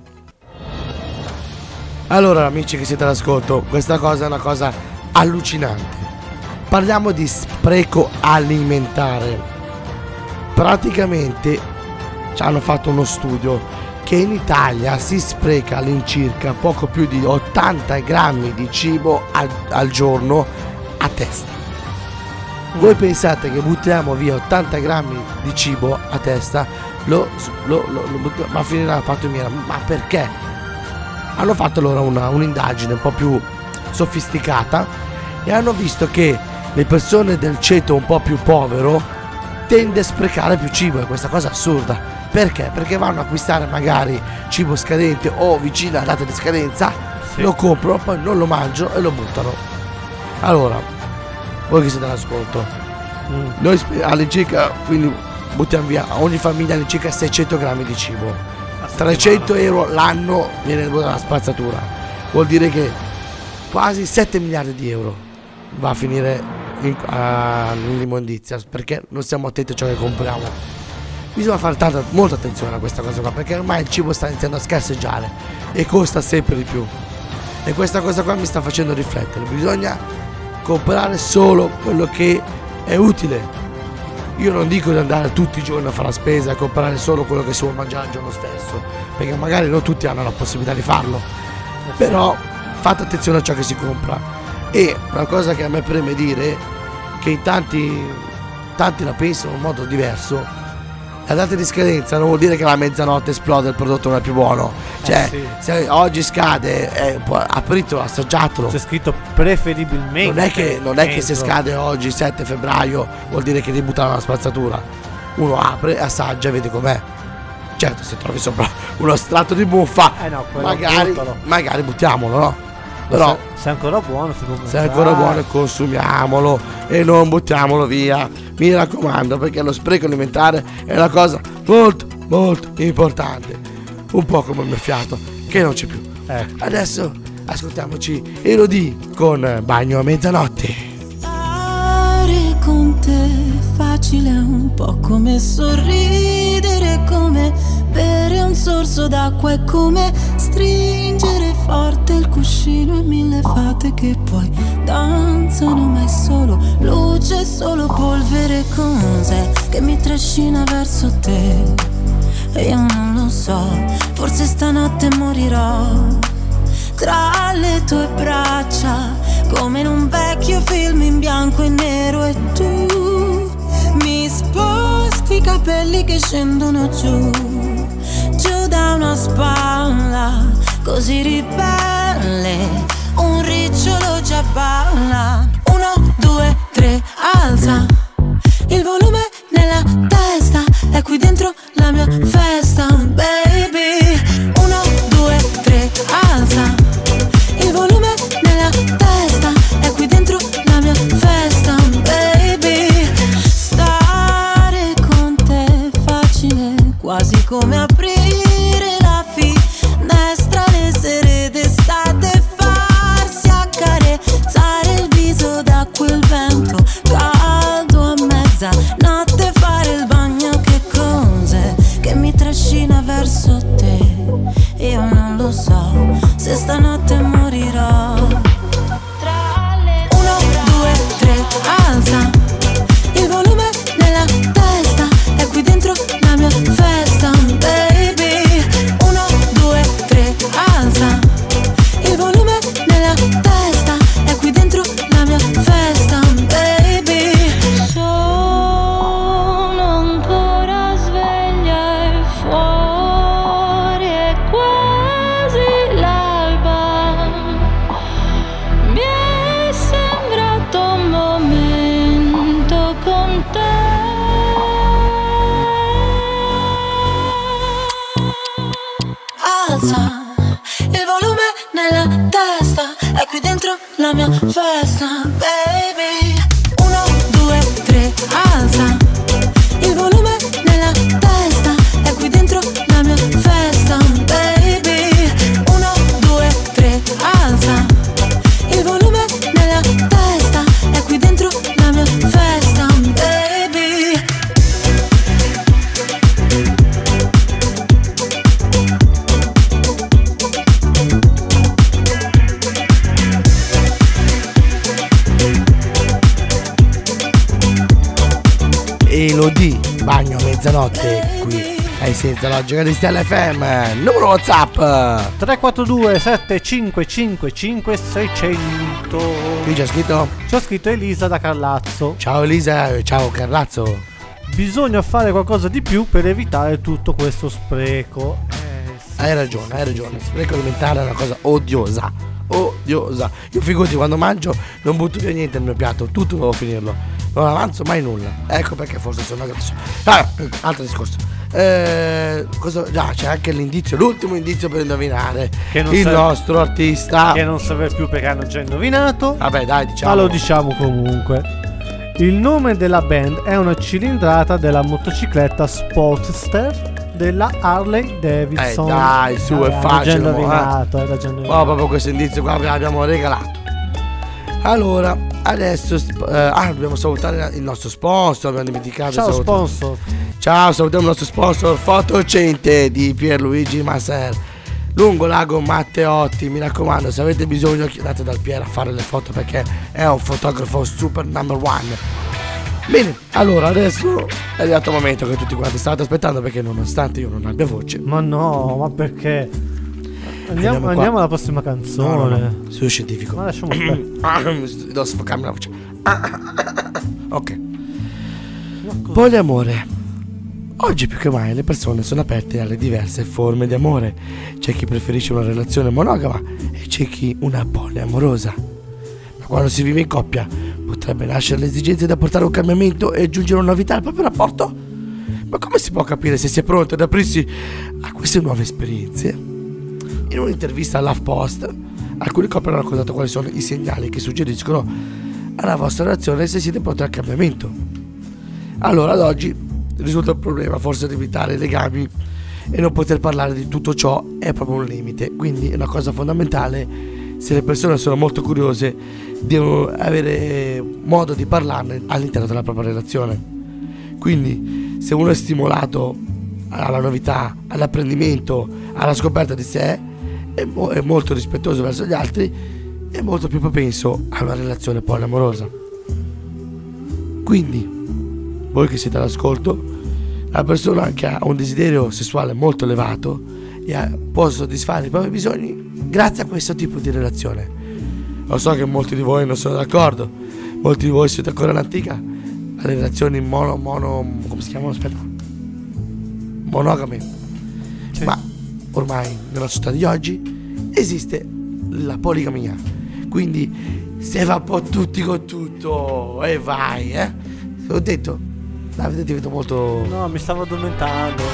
Allora, amici che siete all'ascolto, questa cosa è una cosa allucinante. Parliamo di spreco alimentare. Praticamente ci hanno fatto uno studio che in Italia si spreca all'incirca poco più di 80 grammi di cibo al giorno a testa. Voi pensate che buttiamo via 80 grammi di cibo a testa, ma finirà la pattumiera? Ma perché? Hanno fatto allora un'indagine un po' più sofisticata e hanno visto che le persone del ceto un po' più povero tende a sprecare più cibo, e questa cosa è assurda. Perché? Perché vanno a acquistare magari cibo scadente o vicino alla data di scadenza, lo comprano, poi non lo mangiano e lo buttano. Allora, voi che siete all'ascolto, noi all'incirca, quindi buttiamo via a ogni famiglia all'incirca 600 grammi di cibo. 300 euro l'anno viene dalla spazzatura. Vuol dire che quasi 7 miliardi di euro va a finire nell'immondizia, perché non stiamo attenti a ciò che compriamo. Bisogna fare molta attenzione a questa cosa qua, perché ormai il cibo sta iniziando a scarseggiare e costa sempre di più. E questa cosa qua mi sta facendo riflettere. Bisogna comprare solo quello che è utile. Io non dico di andare tutti i giorni a fare la spesa e comprare solo quello che si vuole mangiare il giorno stesso, perché magari non tutti hanno la possibilità di farlo. Però fate attenzione a ciò che si compra. E una cosa che a me preme dire, che tanti la pensano in modo diverso, la data di scadenza non vuol dire che alla mezzanotte esplode il prodotto non è più buono. Cioè, sì. se oggi scade, apritelo, assaggiatelo. C'è scritto preferibilmente. Non è che se scade oggi 7 febbraio vuol dire che devi buttare una spazzatura. Uno apre, assaggia e vede com'è. Certo, se trovi sopra uno strato di muffa, no, magari buttiamolo, no? Però se è ancora buono si può se è ancora buono consumiamolo e non buttiamolo via, mi raccomando, perché lo spreco alimentare è una cosa molto molto importante, un po' come il mio fiato che non c'è più. Adesso ascoltiamoci Elodie con Bagno a mezzanotte. Stare con te facile è un po' come sorridere, come bere un sorso d'acqua, è come stringere forte il cuscino e 1000 fate che poi danzano, ma è solo luce, solo polvere. Cos'è che mi trascina verso te? E io non lo so, forse stanotte morirò tra le tue braccia, come in un vecchio film in bianco e nero, e tu mi sposti i capelli che scendono giù da una spalla, così ribelle, un ricciolo già balla. 1, 2, 3, alza il volume nella testa, è qui dentro la mia festa, baby. 1, 2, 3, alza il volume nella testa, è qui dentro la mia festa, baby. Stare con te è facile, quasi come aprire la finestra le sere d'estate, farsi accarezzare il viso da quel vento caldo a mezzanotte, fare il bagno. Che cos'è che mi trascina verso te? Io non lo so, se stanotte morirò. 1, 2, 3, alza il volume nella testa, è qui dentro la mia festa, baby. 1, 2, 3, alza il volume nella testa, è qui dentro la mia festa, baby. Sono ancora sveglia e fuori è quasi l'alba, mi è sembrato un momento con te. Alza il volume nella testa, è qui dentro la mia festa, baby. 1, 2, 3, alza il volume nella testa, è qui dentro la mia festa, baby. 1, 2, 3, alza il volume nella testa, è qui dentro la mia festa, baby. Elodie, Bagno a mezzanotte, qui ai Senza Logica di Stella FM. Numero WhatsApp 342 7555 600. Qui c'è scritto? C'ho scritto Elisa da Carlazzo. Ciao Elisa, ciao Carlazzo. Bisogna fare qualcosa di più per evitare tutto questo spreco. Sì. Hai ragione. Il spreco alimentare è una cosa odiosa. Io figurati, quando mangio non butto via niente nel mio piatto, tutto devo finirlo, non avanzo mai nulla. Ecco perché forse sono grasso. Altro discorso. C'è anche l'indizio, l'ultimo indizio per indovinare il nostro artista, che non serve più perché hanno già indovinato. Vabbè dai, diciamo. Ma lo diciamo comunque. Il nome della band è una cilindrata della motocicletta Sportster della Harley Davidson. Dai, su, è facile. Era già indovinato. Proprio questo indizio qua l'abbiamo regalato. Allora, adesso dobbiamo salutare il nostro sponsor, abbiamo dimenticato. Ciao sponsor. Ciao, salutiamo il nostro sponsor Fotocente di Pierluigi Masser, lungo lago Matteotti. Mi raccomando, se avete bisogno chiedete dal Pier a fare le foto, perché è un fotografo super number one. Bene, allora adesso è arrivato il momento che tutti quanti state aspettando, perché nonostante io non abbia voce. Ma no, ma perché? Andiamo alla prossima canzone. No. Sono scientifico. Ma lasciamo stare. Devo sfocarmi la voce. Ok. Poliamore. Oggi più che mai le persone sono aperte alle diverse forme di amore. C'è chi preferisce una relazione monogama e c'è chi una poliamorosa. Ma quando si vive in coppia potrebbe nascere l'esigenza di apportare un cambiamento e aggiungere una novità al proprio rapporto? Ma come si può capire se si è pronti ad aprirsi a queste nuove esperienze? In un'intervista all'HuffPost, alcuni coppie hanno raccontato quali sono i segnali che suggeriscono alla vostra relazione se siete pronti al cambiamento. Allora, ad oggi risulta un problema forse limitare i legami e non poter parlare di tutto ciò è proprio un limite, quindi è una cosa fondamentale. Se le persone sono molto curiose devono avere modo di parlarne all'interno della propria relazione. Quindi se uno è stimolato alla novità, all'apprendimento, alla scoperta di sé, è molto rispettoso verso gli altri, è molto più propenso a una relazione poliamorosa. Quindi voi che siete all'ascolto, la persona che ha un desiderio sessuale molto elevato e può soddisfare i propri bisogni grazie a questo tipo di relazione. Lo so che molti di voi non sono d'accordo, molti di voi siete ancora all'antica alle relazioni come si chiamano? Aspetta, monogame. Sì. Ma ormai nella società di oggi esiste la poligamia, quindi se va un po' tutti con tutto e vai, ho detto. Davide ti vedo molto... No, mi stavo addormentando.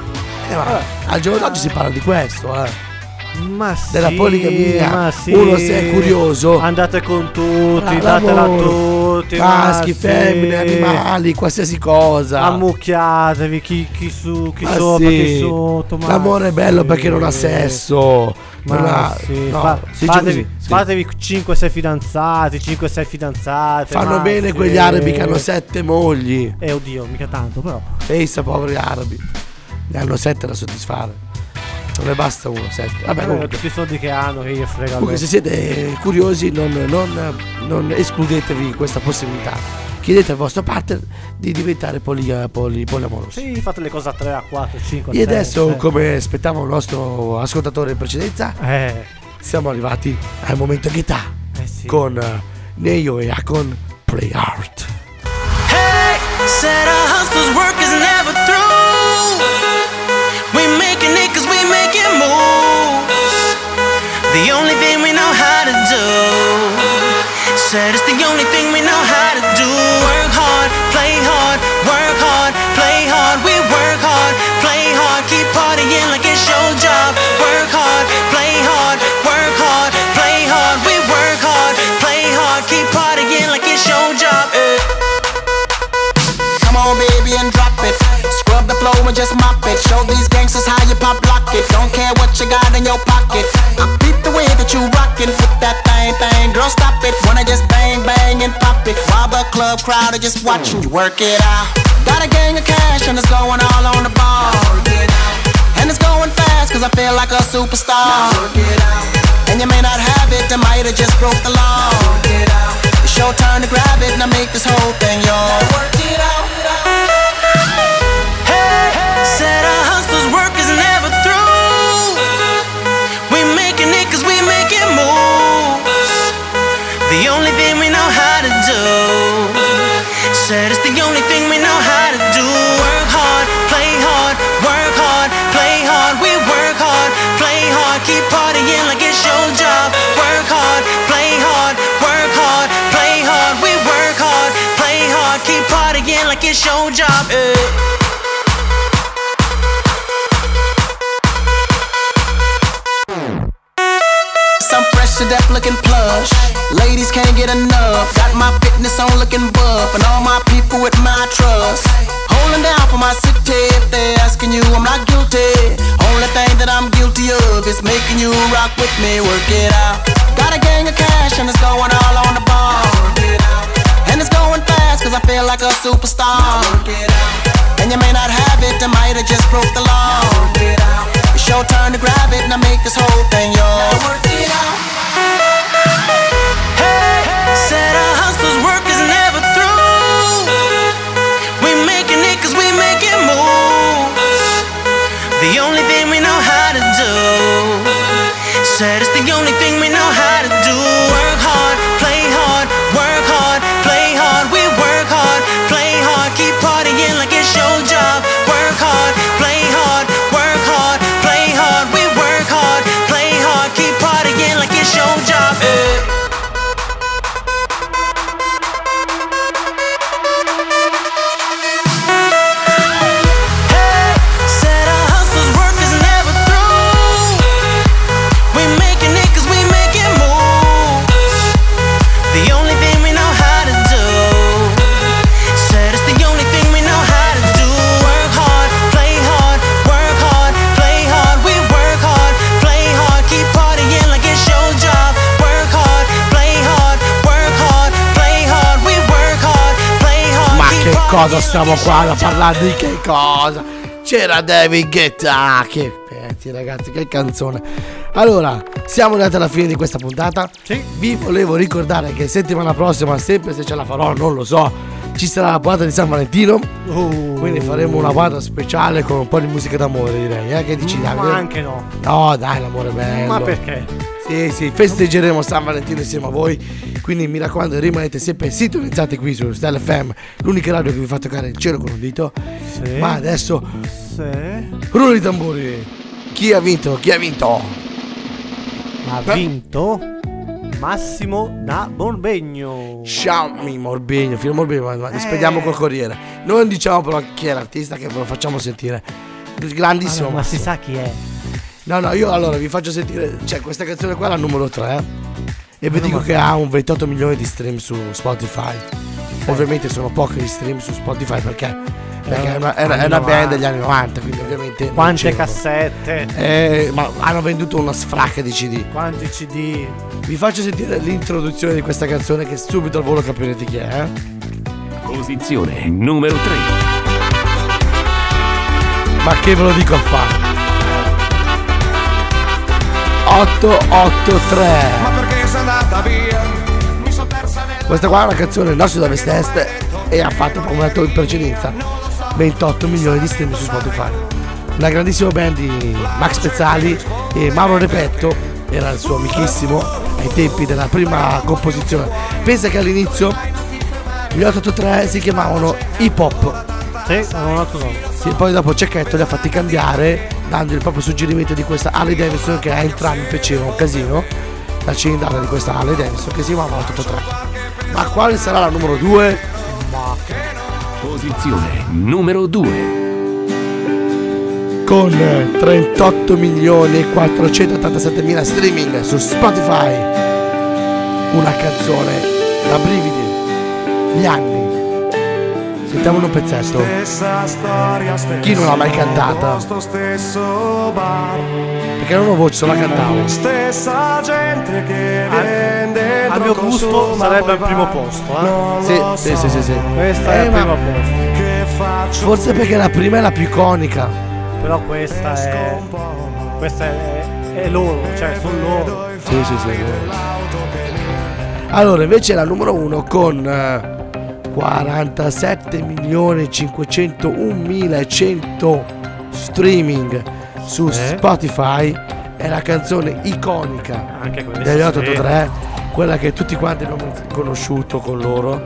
Al giorno d'oggi si parla di questo, Ma sì, della poligamia. ma sì. Uno se è curioso, andate con tutti, datela a tutti. Maschi, ma femmine, sì. animali, qualsiasi cosa. Ammucchiatevi, chi su, chi Ma sopra, sì. chi sotto. Ma l'amore è bello sì. perché non ha sesso. Ma sì. Fatevi 5-6 fidanzati, 5-6 fidanzate. Fanno bene sì. quegli arabi che hanno 7 mogli. Oddio, mica tanto però. Pensa, poveri arabi. Ne hanno 7 da soddisfare. Non ne basta uno, 7. Vabbè, comunque. Tutti i soldi che hanno, che gli frega. Comunque, se siete curiosi, non escludetevi questa possibilità. Chiedete al vostro partner di diventare poliamoroso. Sì, fate le cose a 3, a 4, 5. E adesso, come aspettava il nostro ascoltatore in precedenza, siamo arrivati al momento ghetà sì. con Neyo e Akon Play Art. Hey, said our hustle's work is never through. We making it cause we making moves. The only thing we know how to do. Said it's the only thing we know how to do. Work hard, play hard, work hard, play hard. We work hard, play hard, keep partying like it's your job. Work hard, play hard, work hard, play hard. We work hard, play hard, keep partying like it's your job. Come on, baby, and drop it. Scrub the floor and just mop it. Show these gangsters how you pop lock it. Don't care what you got in your pocket. I beat the way that you rockin' with that thing. Girl, stop it. Wanna just bang, bang, and pop it. While the club crowd are just watching you work it out. Got a gang of cash and it's going all on the ball. And it's going fast cause I feel like a superstar. And you may not have it, I might have just broke the law. It's your turn to grab it and I make this whole thing yours. Work it out. Hey, said our hustle's work is never through. We making it cause we making moves. The only thing we know how to do. Said it's the only thing we know how to do. Work hard, play hard, work hard, play hard. We work hard, play hard, keep partying like it's your job. Work hard, play hard, work hard, play hard. We work hard, play hard, keep partying like it's your job. I'm fresh to death looking plush. Ladies can't get enough. Got my fitness on looking buff. And all my people with my trust. Holding down for my city. If they're asking you, I'm not guilty. Only thing that I'm guilty of is making you rock with me. Work it out. Got a gang of cash and it's going all on the ball. And it's going fast cause I feel like a superstar. And you may not have it, I might have just broke the law. It's your turn to grab it and I make this whole thing yours. Hey, said our hustle's work is never through. We making it cause we making moves. The only thing we know how to do. Said it's the only thing we know how to do. Work hard, play hard, work hard, play hard. We work hard, play hard, keep partying like it's your job. Work cosa stiamo qua a parlare? Di che cosa? C'era David Guetta. Che pezzi, ragazzi, che canzone. Allora, siamo arrivati alla fine di questa puntata. Sì. Vi volevo ricordare che settimana prossima, sempre se ce la farò, non lo so, ci sarà la puntata di San Valentino. Quindi faremo una puntata speciale con un po' di musica d'amore, direi. Che dici, Davide? Ma anche no. No, dai, l'amore è bello. Ma perché? Sì, festeggeremo San Valentino insieme a voi. Quindi mi raccomando, rimanete sempre sintonizzati qui su Stella FM, l'unica radio che vi fa toccare il cielo con un dito. Sì. Ma adesso Sì. rullo di tamburi. Chi ha vinto? Chi ha vinto? Ha vinto Massimo da Morbegno. Xiaomi Morbegno, filo Morbegno, ma spediamo col Corriere. Non diciamo però chi è l'artista, che ve lo facciamo sentire. Grandissimo. Ma si Massimo. sa chi è. No, io allora vi faccio sentire. Cioè, questa canzone qua è la numero 3. E vi dico che ha un 28 milioni di stream su Spotify. Ovviamente sono pochi gli stream su Spotify perché è una band degli anni 90, quindi ovviamente. Quante cassette? Ma hanno venduto una sfracca di CD. Quanti CD? Vi faccio sentire l'introduzione di questa canzone, che subito al volo capirete chi è. Posizione numero 3. Ma che ve lo dico a fare? 883. Ma perché sei andata via? Mi sono persa nel... Questa qua è una canzone nasce da Vest e ha fatto, come ho detto in precedenza, 28 milioni di stream su Spotify. Una grandissima band di Max Pezzali e Mauro Repetto, era il suo amichissimo ai tempi della prima composizione. Pensa che all'inizio gli 883 si chiamavano Hip Hop. Sì, hanno un altro nome. Sì, poi dopo Cecchetto li ha fatti cambiare, dandogli proprio suggerimento di questa Harley Davidson, che a entrambi piaceva un casino, la cilindrata di questa Harley Davidson, che si chiamava 883. Ma quale sarà la numero 2? Posizione numero 2. Con 38 milioni e 487 mila streaming su Spotify. Una canzone da brividi, gli anni. Sentiamo un pezzetto. Chi non l'ha mai cantata? Perché non ho voce, solo la cantavo. Stessa gente che vende Al mio gusto sarebbe al primo posto, Sì. Questa è al primo posto. Forse perché la prima è la più iconica. Però questa è loro, cioè sono loro. Sì. Allora, invece la numero 1 con 47 milioni 501 mila e 100 streaming su Spotify. È la canzone iconica anche degli 883, quella che tutti quanti abbiamo conosciuto con loro,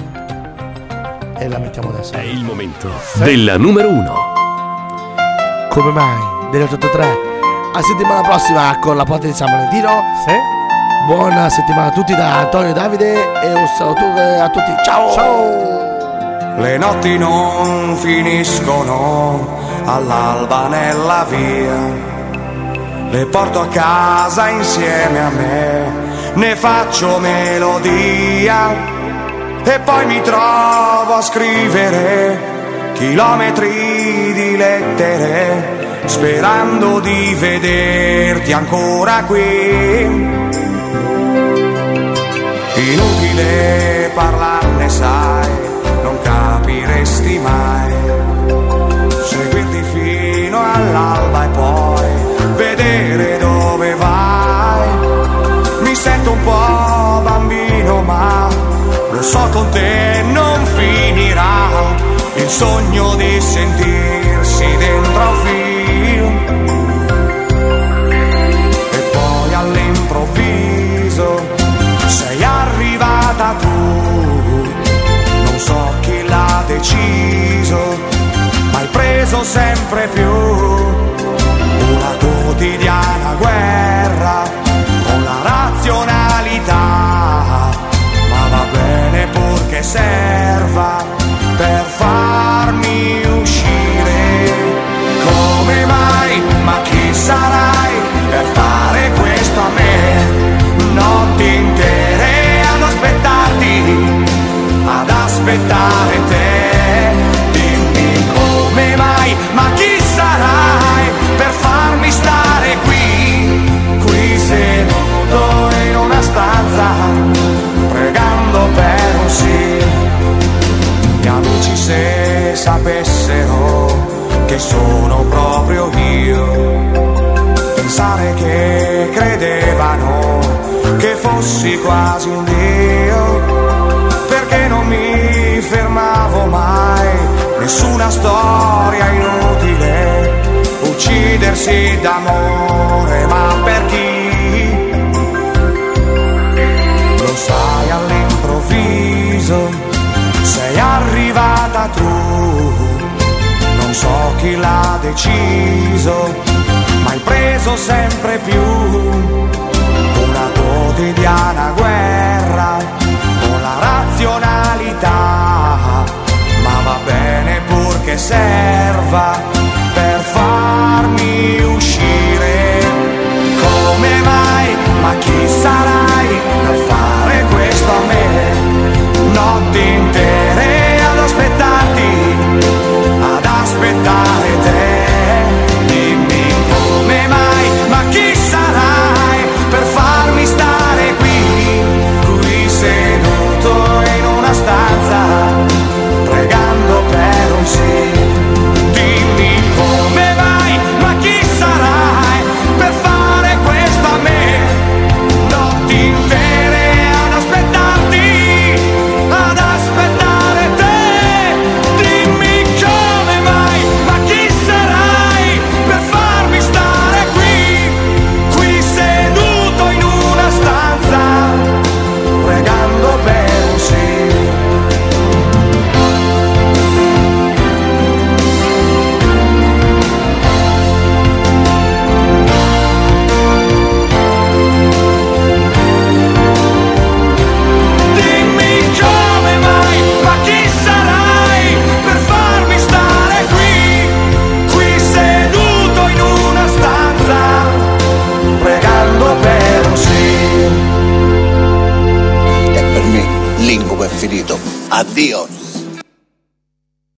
e la mettiamo adesso. È il momento della numero 1. Come mai? Degli 883. A settimana prossima con la puntata di San Valentino. Sì. Buona settimana a tutti da Antonio e Davide e un saluto a tutti. Ciao! Le notti non finiscono all'alba nella via. Le porto a casa insieme a me, ne faccio melodia e poi mi trovo a scrivere chilometri di lettere, sperando di vederti ancora qui. Inutile parlarne, sai, non capiresti mai. Seguirti fino all'alba e poi vedere dove vai. Mi sento un po' bambino, ma lo so con te non finirà. Il sogno di sentirsi dentro un film e poi all'improvviso sei arrivata tu. Non so chi l'ha deciso, ma hai preso sempre più una quotidiana guerra con la razionalità, ma va bene purché serva per farmi uscire. Come mai? Ma chi sarai per fare questo a me? Notti intere ad aspettarti, ad aspettare te. Dimmi come mai? Ma chi sarai per farmi stare qui seduto in una stanza, pregando per un sì. Gli amici se sono proprio io. Pensare che credevano che fossi quasi un dio, perché non mi fermavo mai, nessuna storia inutile, uccidersi d'amore, ma per chi? Lo sai, all'improvviso sei arrivata tu, non so chi l'ha deciso, ma hai preso sempre più una quotidiana guerra con la razionalità, ma va bene purché serva per farmi uscire. Come mai? Ma chi sarai per fare questo a me? Notti intere ad aspettarti, ad aspettare te. Dimmi come mai, ma chi sarai per farmi stare qui seduto in una stanza, pregando per un sì. Dimmi come mai, ma chi sarai per fare questo a me? Notti intere ad aspettarti, ad aspettare te. Dimmi come mai, ma chi sarai per farmi stare qui seduto in una stanza, pregando per un sì. Dimmi come mai, ma chi sarai per farmi stare qui seduto in una stanza, pregando per un sì. E per me l'incubo è finito. Addio.